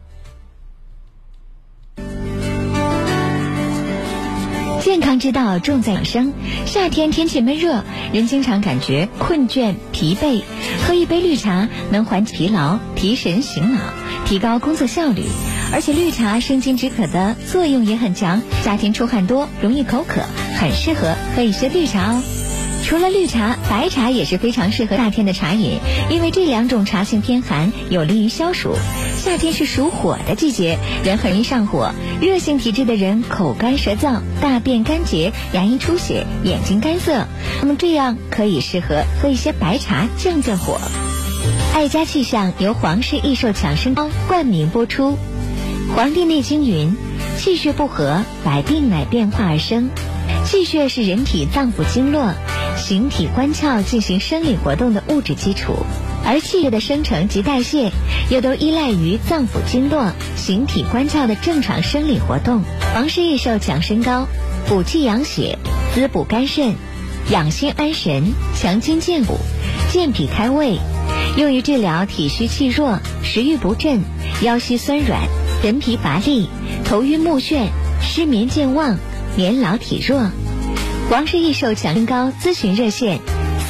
健康之道重在养生。夏天天气闷热，人经常感觉困倦、疲惫。喝一杯绿茶能缓解疲劳、提神醒脑、提高工作效率，而且绿茶生津止渴的作用也很强。夏天出汗多，容易口渴，很适合喝一些绿茶哦。除了绿茶，白茶也是非常适合夏天的茶饮，因为这两种茶性偏寒，有利于消暑。夏天是属火的季节，人很容易上火，热性体质的人口干舌燥、大便干结、牙龈出血、眼睛干涩，那么这样可以适合喝一些白茶降降火。爱家气象由皇氏益寿强身膏冠名播出。黄帝内经云：气血不和，百病乃变化而生。气血是人体脏腑经络、形体官窍进行生理活动的物质基础，而气血的生成及代谢又都依赖于脏腑经络、形体官窍的正常生理活动。皇氏益寿强身膏补气养血，滋补肝肾，养心安神，强筋健骨，健脾开胃，用于治疗体虚气弱、食欲不振、腰膝酸软、人疲乏力、头晕目眩、失眠健忘、年老体弱。皇氏益寿强身膏咨询热线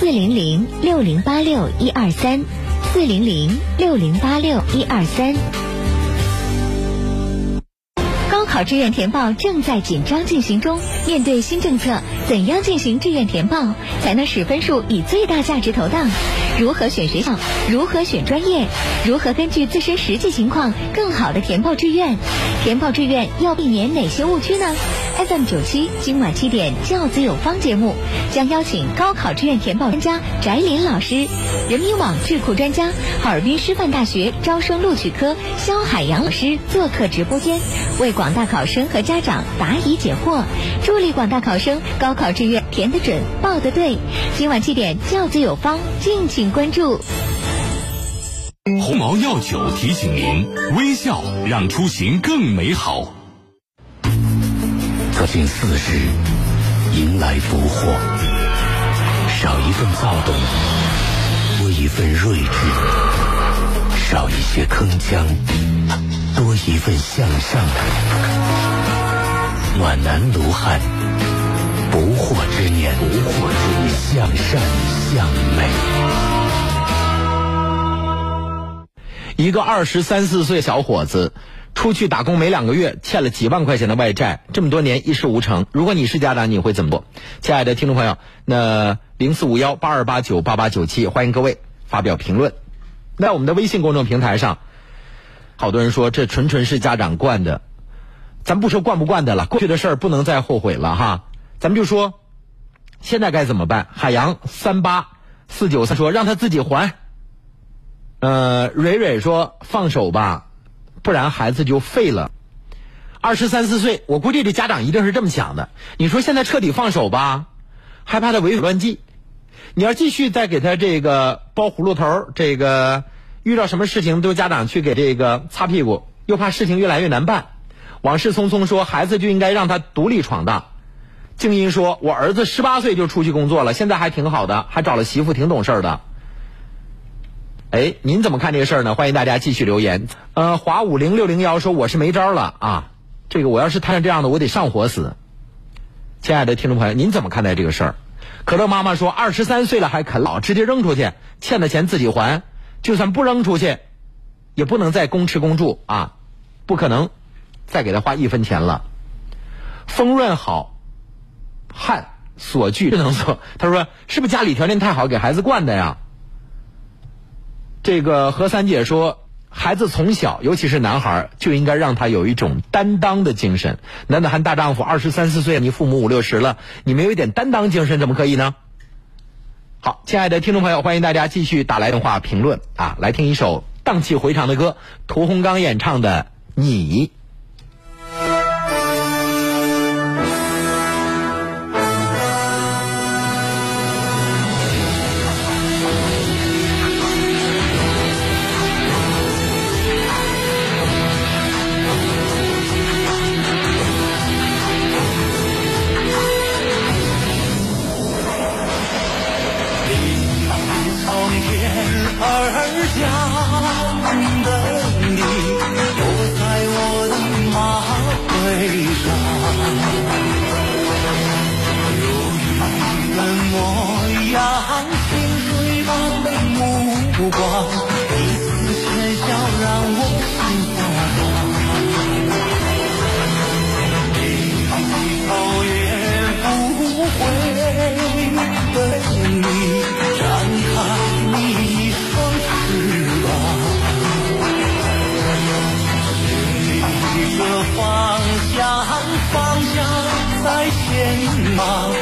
400-6086-123 400-6086-123。高考志愿填报正在紧张进行中，面对新政策，怎样进行志愿填报才能使分数以最大价值投档？ 如何选学校，如何选专业，如何根据自身实际情况更好的填报志愿。填报志愿要避免哪些误区呢？ FM97今晚7点教子有方节目将邀请高考志愿填报专家翟林老师、人民网智库专家、哈尔滨师范大学招生录取科肖海洋老师做客直播间，为广大考生和家长答疑解惑，助力广大考生高考志愿填得准、报得对。今晚7点教子有方，敬请关注。 鸿茅药酒提醒您：微笑让出行更美好。 走进40，迎来不惑，少一份躁动，多一份睿智，少一些铿锵，多一份向上，暖男卢汉，不惑之年，向善向美。 一个23、24岁小伙子出去打工没2个月，欠了几万块钱的外债，这么多年一事无成。如果你是家长，你会怎么做？亲爱的听众朋友，那045182898897，欢迎各位发表评论。在我们的微信公众平台上，好多人说这纯是家长惯的，咱不说惯不惯的了，过去的事儿不能再后悔了哈。咱们就说现在该怎么办？海洋38493说让他自己还。蕊蕊说放手吧，不然孩子就废了。23、24岁，我估计这家长一定是这么想的。你说现在彻底放手吧，害怕他违法乱纪。你要继续再给他这个包葫芦头，这个遇到什么事情都家长去给这个擦屁股，又怕事情越来越难办。往事匆匆说孩子就应该让他独立闯荡。静音说我儿子18岁就出去工作了，现在还挺好的，还找了媳妇，挺懂事的。哎，您怎么看这个事儿呢？欢迎大家继续留言。华50601说我是没招了啊，这个我要是摊上这样的，我得上火死。亲爱的听众朋友，您怎么看待这个事儿？可乐妈妈说23岁了还啃老，直接扔出去，欠的钱自己还，就算不扔出去，也不能再公吃公住啊，不可能再给他花1分钱了。丰润好汉所惧不能做，他说是不是家里条件太好给孩子惯的呀？这个何三姐说孩子从小尤其是男孩就应该让他有一种担当的精神。男子汉大丈夫，23、24岁，你父母50、60了，你没有一点担当精神怎么可以呢？好，亲爱的听众朋友，欢迎大家继续打来电话评论啊，来听一首荡气回肠的歌，屠洪刚演唱的你。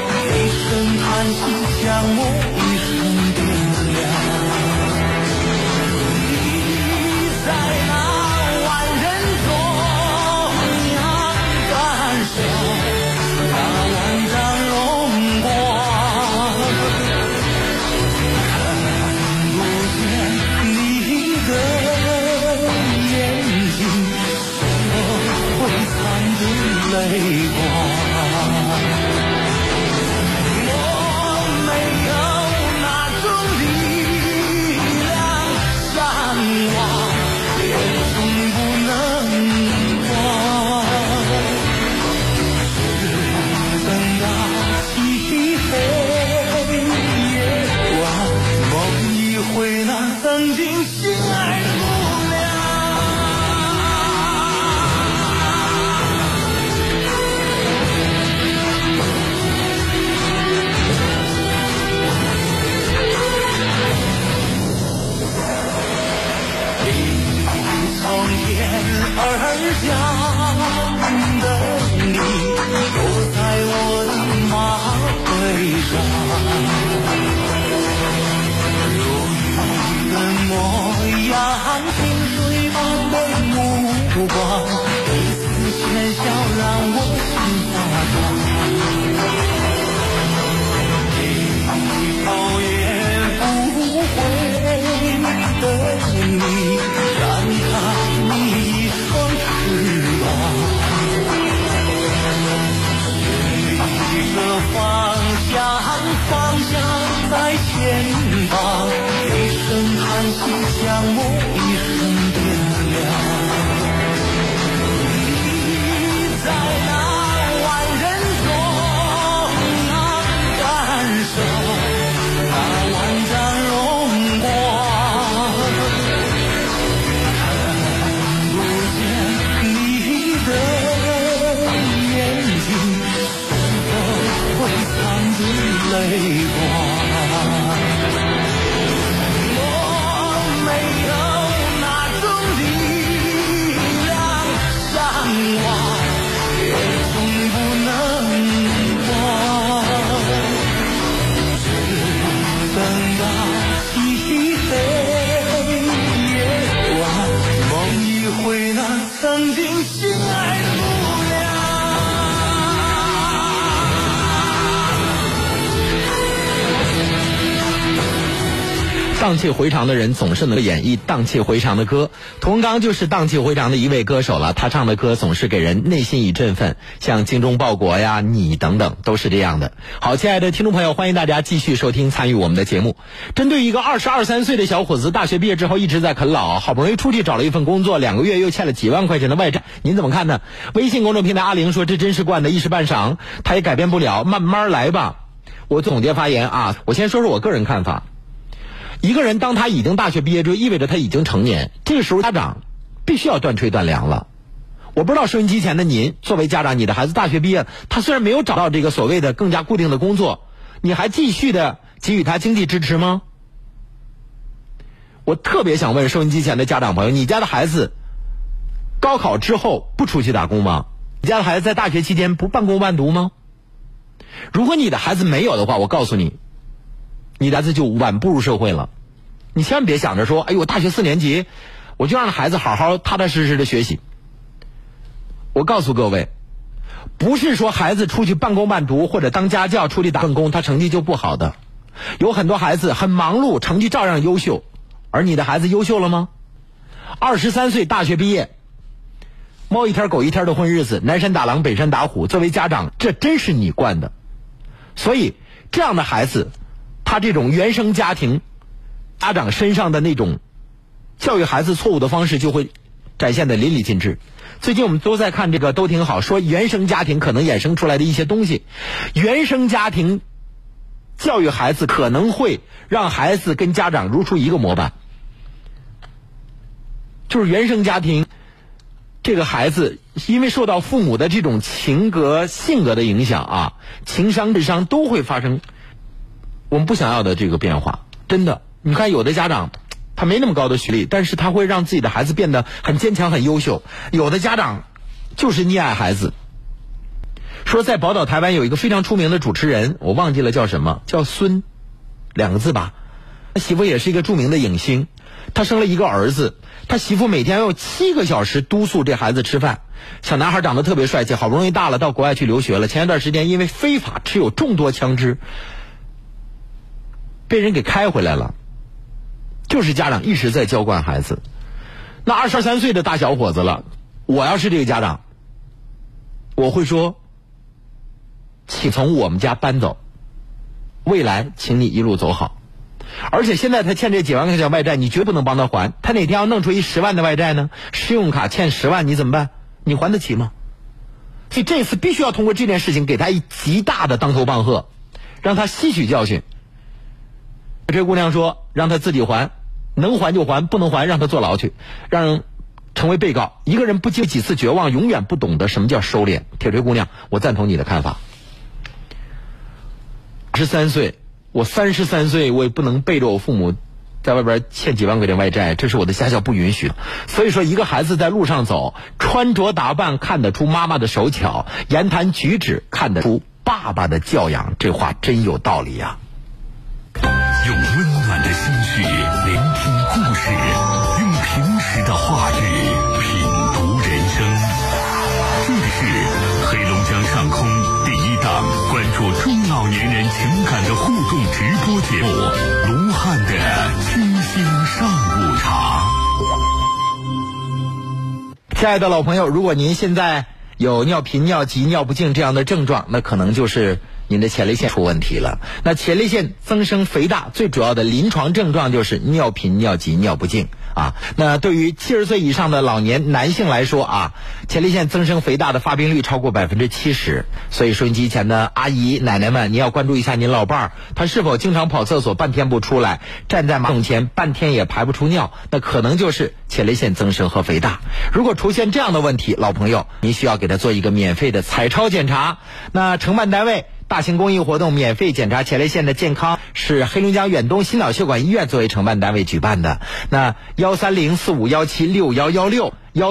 将我一生点亮。 雁而降的你，落在我的马背上，忧郁的模样，清水般的目光，一丝浅笑让我心发烫。头也不回的你，展开你一双翅膀，寻着方向在前方，一声叹息将我一生点亮。你在那万人中感受那万丈荣光，看不见你的眼睛是否会藏着泪光。我没有那种力量向往，也总不能忘，等到漆黑夜晚，梦一回那曾经心爱的模样。 荡气回肠的人总是能演绎荡气回肠的歌，屠洪刚就是荡气回肠的一位歌手了。他唱的歌总是给人内心一振奋，像精忠报国呀、你等等都是这样的。好，亲爱的听众朋友，欢迎大家继续收听参与我们的节目。针对一个22、23岁的小伙子，大学毕业之后一直在啃老，好不容易出去找了一份工作，2个月又欠了几万块钱的外债，您怎么看呢？微信公众平台阿玲说，这真是惯的，一时半晌他也改变不了，慢慢来吧。我总结发言啊，我先说说我个人看法。一个人当他已经大学毕业，就意味着他已经成年，这个时候家长必须要断炊断粮了。我不知道收音机前的您，作为家长，你的孩子大学毕业，他虽然没有找到这个所谓的更加固定的工作，你还继续的给予他经济支持吗？我特别想问收音机前的家长朋友，你家的孩子高考之后不出去打工吗？你家的孩子在大学期间不半工半读吗？如果你的孩子没有的话，我告诉你，你的孩子就晚步入社会了。你千万别想着说，哎呦，大学4年级我就让孩子好好踏踏实实的学习。我告诉各位，不是说孩子出去半工半读或者当家教出去打份工他成绩就不好的。有很多孩子很忙碌，成绩照样优秀。而你的孩子优秀了吗？23岁大学毕业，猫一天狗一天的混日子，南山打狼北山打虎，作为家长这真是你惯的。所以这样的孩子，他这种原生家庭家长身上的那种教育孩子错误的方式就会展现的淋漓尽致。最近我们都在看这个都挺好，说原生家庭可能衍生出来的一些东西。原生家庭教育孩子可能会让孩子跟家长如出一个模板，就是原生家庭这个孩子因为受到父母的这种情格性格的影响啊，情商智商都会发生我们不想要的这个变化。真的，你看有的家长他没那么高的学历，但是他会让自己的孩子变得很坚强很优秀。有的家长就是溺爱孩子。说在宝岛台湾有一个非常出名的主持人，我忘记了叫什么，叫孙2个字吧，他媳妇也是一个著名的影星，他生了一个儿子，他媳妇每天要7个小时督促这孩子吃饭。小男孩长得特别帅气，好不容易大了到国外去留学了，前一段时间因为非法持有众多枪支被人给开回来了。就是家长一直在娇惯孩子。那22、23岁的大小伙子了，我要是这个家长，我会说，请从我们家搬走，未来请你一路走好。而且现在他欠这几万块钱外债，你绝不能帮他还。他哪天要弄出一10万的外债呢？信用卡欠10万，你怎么办？你还得起吗？所以这次必须要通过这件事情给他一极大的当头棒喝，让他吸取教训。这姑娘说让他自己还，能还就还，不能还让他坐牢去，让人成为被告。一个人不经几次绝望，永远不懂得什么叫收敛。铁锤姑娘，我赞同你的看法。13岁，我33岁，我也不能背着我父母在外边欠几万块钱外债，这是我的家教不允许的。所以说一个孩子在路上走，穿着打扮看得出妈妈的手巧，言谈举止看得出爸爸的教养，这话真有道理呀。 用温暖的心绪聆听故事，用平实的话语品读人生。这里是黑龙江上空第一档关注中老年人情感的互动直播节目《卢汉的清新上午茶》。 亲爱的老朋友，如果您现在有尿频、尿急、尿不尽这样的症状，那可能就是您的前列腺出问题了。那前列腺增生肥大最主要的临床症状就是尿频、尿急、尿不尽啊。那对于70岁以上的老年男性来说啊，前列腺增生肥大的发病率超过70%。所以收音机前的阿姨奶奶们，你要关注一下您老伴儿，他是否经常跑厕所半天不出来，站在马桶前半天也排不出尿，那可能就是前列腺增生和肥大。如果出现这样的问题，老朋友您需要给他做一个免费的彩超检查。那承办单位大型公益活动免费检查前列腺的健康，是黑龙江远东心脑血管医院作为承办单位举办的。那13045176116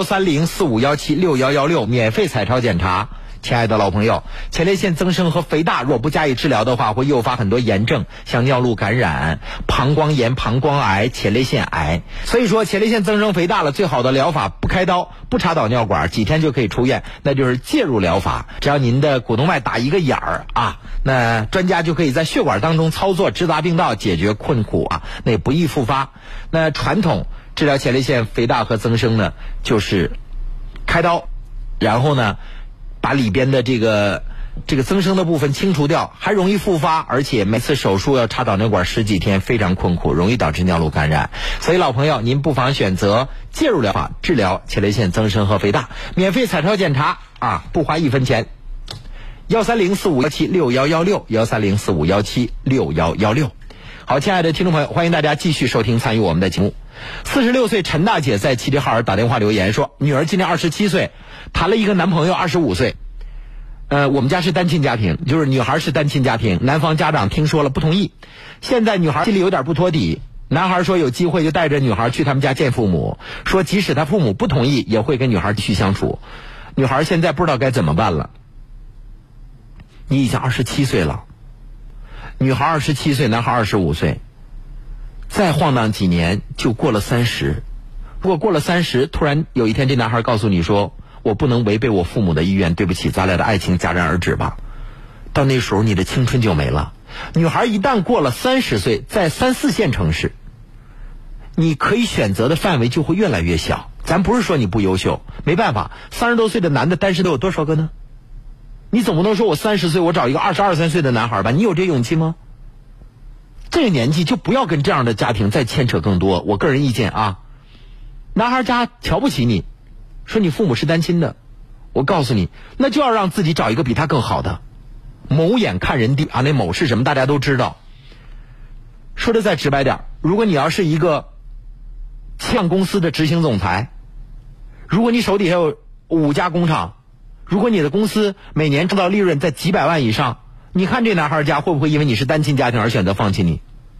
13045176116免费彩超检查。亲爱的老朋友，前列腺增生和肥大若不加以治疗的话，会诱发很多炎症，像尿路感染、膀胱炎、膀胱癌、前列腺癌。所以说前列腺增生肥大了，最好的疗法不开刀，不插导尿管，几天就可以出院，那就是介入疗法。只要您的股动脉打一个眼儿啊，那专家就可以在血管当中操作，直达病道，解决困苦啊，那也不易复发。那传统治疗前列腺肥大和增生呢，就是开刀，然后呢把里边的这个增生的部分清除掉，还容易复发，而且每次手术要插导尿管10几天，非常困苦，容易导致尿路感染。所以老朋友，您不妨选择介入疗法治疗前列腺增生和肥大，免费彩超检查啊，不花1分钱。13045176116 13045176116。好，亲爱的听众朋友，欢迎大家继续收听参与我们的节目。46岁陈大姐在齐齐哈尔打电话留言说，女儿今年27岁，谈了一个男朋友25岁。我们家是单亲家庭，就是女孩是单亲家庭，男方家长听说了不同意。现在女孩心里有点不托底，男孩说有机会就带着女孩去他们家见父母，说即使他父母不同意，也会跟女孩继续相处。女孩现在不知道该怎么办了。你已经27岁了，女孩27岁，男孩25岁，再晃荡几年就过了30。如果过了30，突然有一天这男孩告诉你说，我不能违背我父母的意愿，对不起，咱俩的爱情戛然而止吧。到那时候你的青春就没了。女孩一旦过了30岁，在3、4线城市，你可以选择的范围就会越来越小。咱不是说你不优秀，没办法，30多岁的男的单身都有多少个呢？你总不能说我30岁我找一个22、23岁的男孩吧？你有这勇气吗？这个年纪就不要跟这样的家庭再牵扯更多。我个人意见啊，男孩家瞧不起你，说你父母是单亲的，我告诉你，那就要让自己找一个比他更好的。某眼看人低啊，那某是什么大家都知道。说的再直白点，如果你要是一个像公司的执行总裁，如果你手底下有5家工厂，如果你的公司每年挣到利润在几百万以上，你看这男孩家会不会因为你是单亲家庭而选择放弃你？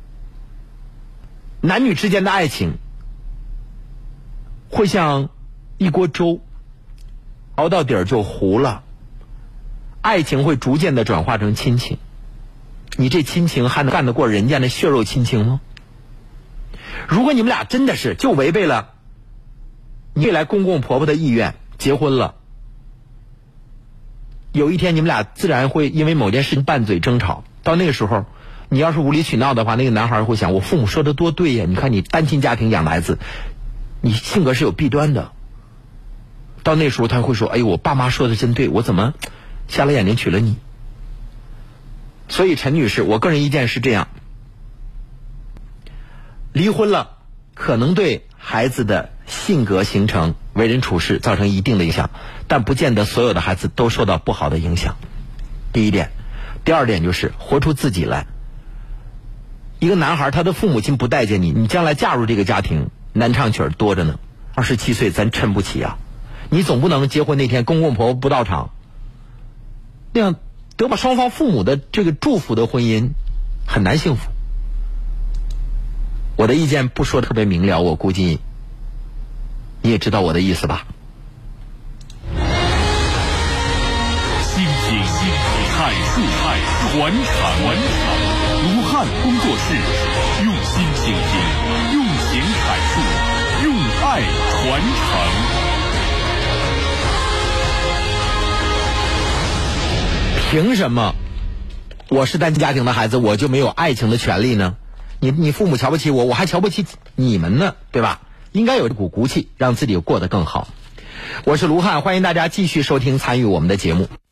男女之间的爱情会像一锅粥，熬到底儿就糊了。爱情会逐渐的转化成亲情，你这亲情还能干得过人家那血肉亲情吗？如果你们俩真的是就违背了你未来公公婆婆的意愿结婚了，有一天你们俩自然会因为某件事情拌嘴争吵，到那个时候你要是无理取闹的话，那个男孩会想，我父母说的多对呀，你看你单亲家庭养的孩子，你性格是有弊端的。到那时候他会说，哎呦，我爸妈说的真对，我怎么瞎了眼睛娶了你。所以陈女士，我个人意见是这样，离婚了可能对孩子的性格形成、为人处事造成一定的影响，但不见得所有的孩子都受到不好的影响。第一点。第二点就是活出自己来。一个男孩他的父母亲不待见你，你将来嫁入这个家庭难唱曲儿多着呢。27岁咱撑不起啊，你总不能结婚那天公公婆婆不到场，那样得把双方父母的这个祝福的婚姻很难幸福。 我的意见不说特别明了，我估计你也知道我的意思吧。 心情阐述传承，卢汉工作室用心倾听，用情阐述，用爱传承。 凭什么我是单亲家庭的孩子我就没有爱情的权利呢？你父母瞧不起我，我还瞧不起你们呢，对吧？应该有这股骨气，让自己过得更好。我是卢汉，欢迎大家继续收听参与我们的节目。